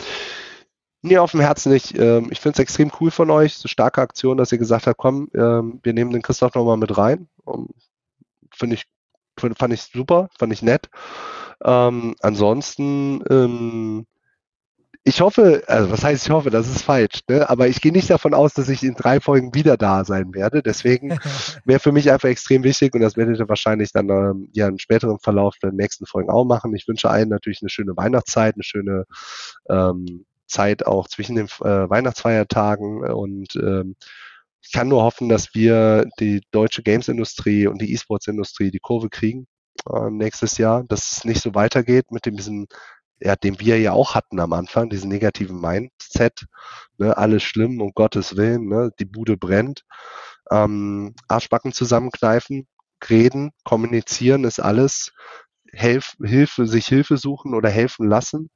Nee, auf dem Herzen nicht. Ähm, ich finde es extrem cool von euch, so starke Aktion, dass ihr gesagt habt, komm, ähm, wir nehmen den Christoph nochmal mit rein. Um, finde ich, find, fand ich super, fand ich nett. Ähm, ansonsten, ähm, ich hoffe, also was heißt ich hoffe, das ist falsch, ne? Aber ich gehe nicht davon aus, dass ich in drei Folgen wieder da sein werde. Deswegen wäre für mich einfach extrem wichtig, und das werdet ihr wahrscheinlich dann ähm, ja im späteren Verlauf der nächsten Folgen auch machen. Ich wünsche allen natürlich eine schöne Weihnachtszeit, eine schöne ähm, Zeit auch zwischen den äh, Weihnachtsfeiertagen, und ähm, ich kann nur hoffen, dass wir die deutsche Games-Industrie und die E-Sports-Industrie die Kurve kriegen äh, nächstes Jahr, dass es nicht so weitergeht mit dem, diesem, ja, den wir ja auch hatten am Anfang, diesen negativen Mindset, ne, alles schlimm, um Gottes Willen, ne, die Bude brennt, ähm, Arschbacken zusammenkneifen, reden, kommunizieren ist alles, Helf, Hilfe, sich Hilfe suchen oder helfen lassen.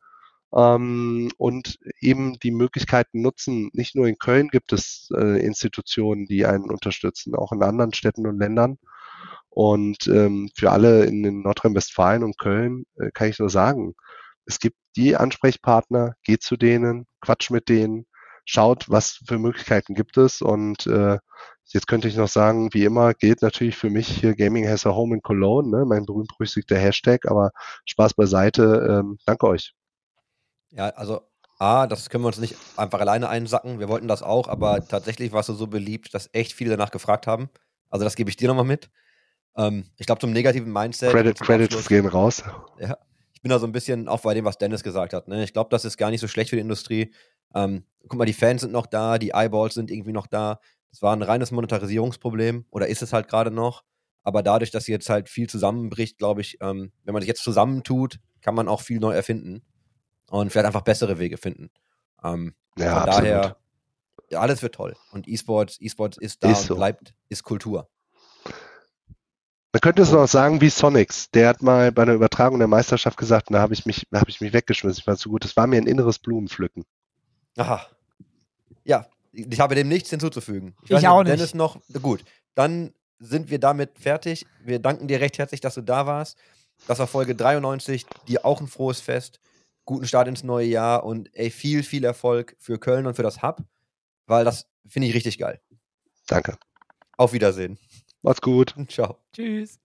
Ähm, und eben die Möglichkeiten nutzen. Nicht nur in Köln gibt es äh, Institutionen, die einen unterstützen, auch in anderen Städten und Ländern. Und ähm, für alle in, in Nordrhein-Westfalen und Köln äh, kann ich nur sagen, es gibt die Ansprechpartner, geht zu denen, quatsch mit denen, schaut, was für Möglichkeiten gibt es. Und äh, jetzt könnte ich noch sagen, wie immer gilt natürlich für mich hier Gaming has a home in Cologne, ne, mein berühmt-berüchtigter Hashtag, aber Spaß beiseite, ähm, danke euch. Ja, also A, das können wir uns nicht einfach alleine einsacken. Wir wollten das auch, aber tatsächlich warst du so beliebt, dass echt viele danach gefragt haben. Also das gebe ich dir nochmal mit. Ähm, ich glaube, zum negativen Mindset. Credit, zum Credits Abschluss- gehen raus. Ja, ich bin da so ein bisschen auch bei dem, was Dennis gesagt hat. Ne? Ich glaube, das ist gar nicht so schlecht für die Industrie. Ähm, guck mal, die Fans sind noch da, die Eyeballs sind irgendwie noch da. Es war ein reines Monetarisierungsproblem oder ist es halt gerade noch. Aber dadurch, dass jetzt halt viel zusammenbricht, glaube ich, ähm, wenn man sich jetzt zusammentut, kann man auch viel neu erfinden und vielleicht einfach bessere Wege finden. Ähm, Ja, von absolut. daher, ja, alles wird toll. Und E-Sports, E-Sports ist da Ist und so. bleibt, ist Kultur. Man könnte es noch sagen wie Sonics. Der hat mal bei einer Übertragung der Meisterschaft gesagt, da habe ich mich, da habe ich mich weggeschmissen. Ich fand es so gut. Das war mir ein inneres Blumenpflücken. Aha. Ja, ich habe dem nichts hinzuzufügen. Ich weiß auch Dennis nicht. noch, gut, dann sind wir damit fertig. Wir danken dir recht herzlich, dass du da warst. Das war Folge dreiundneunzig. Dir auch ein frohes Fest. Guten Start ins neue Jahr und ey, viel, viel Erfolg für Köln und für das Hub, weil das finde ich richtig geil. Danke. Auf Wiedersehen. Macht's gut. Ciao. Tschüss.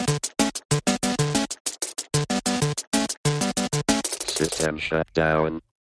System shut down.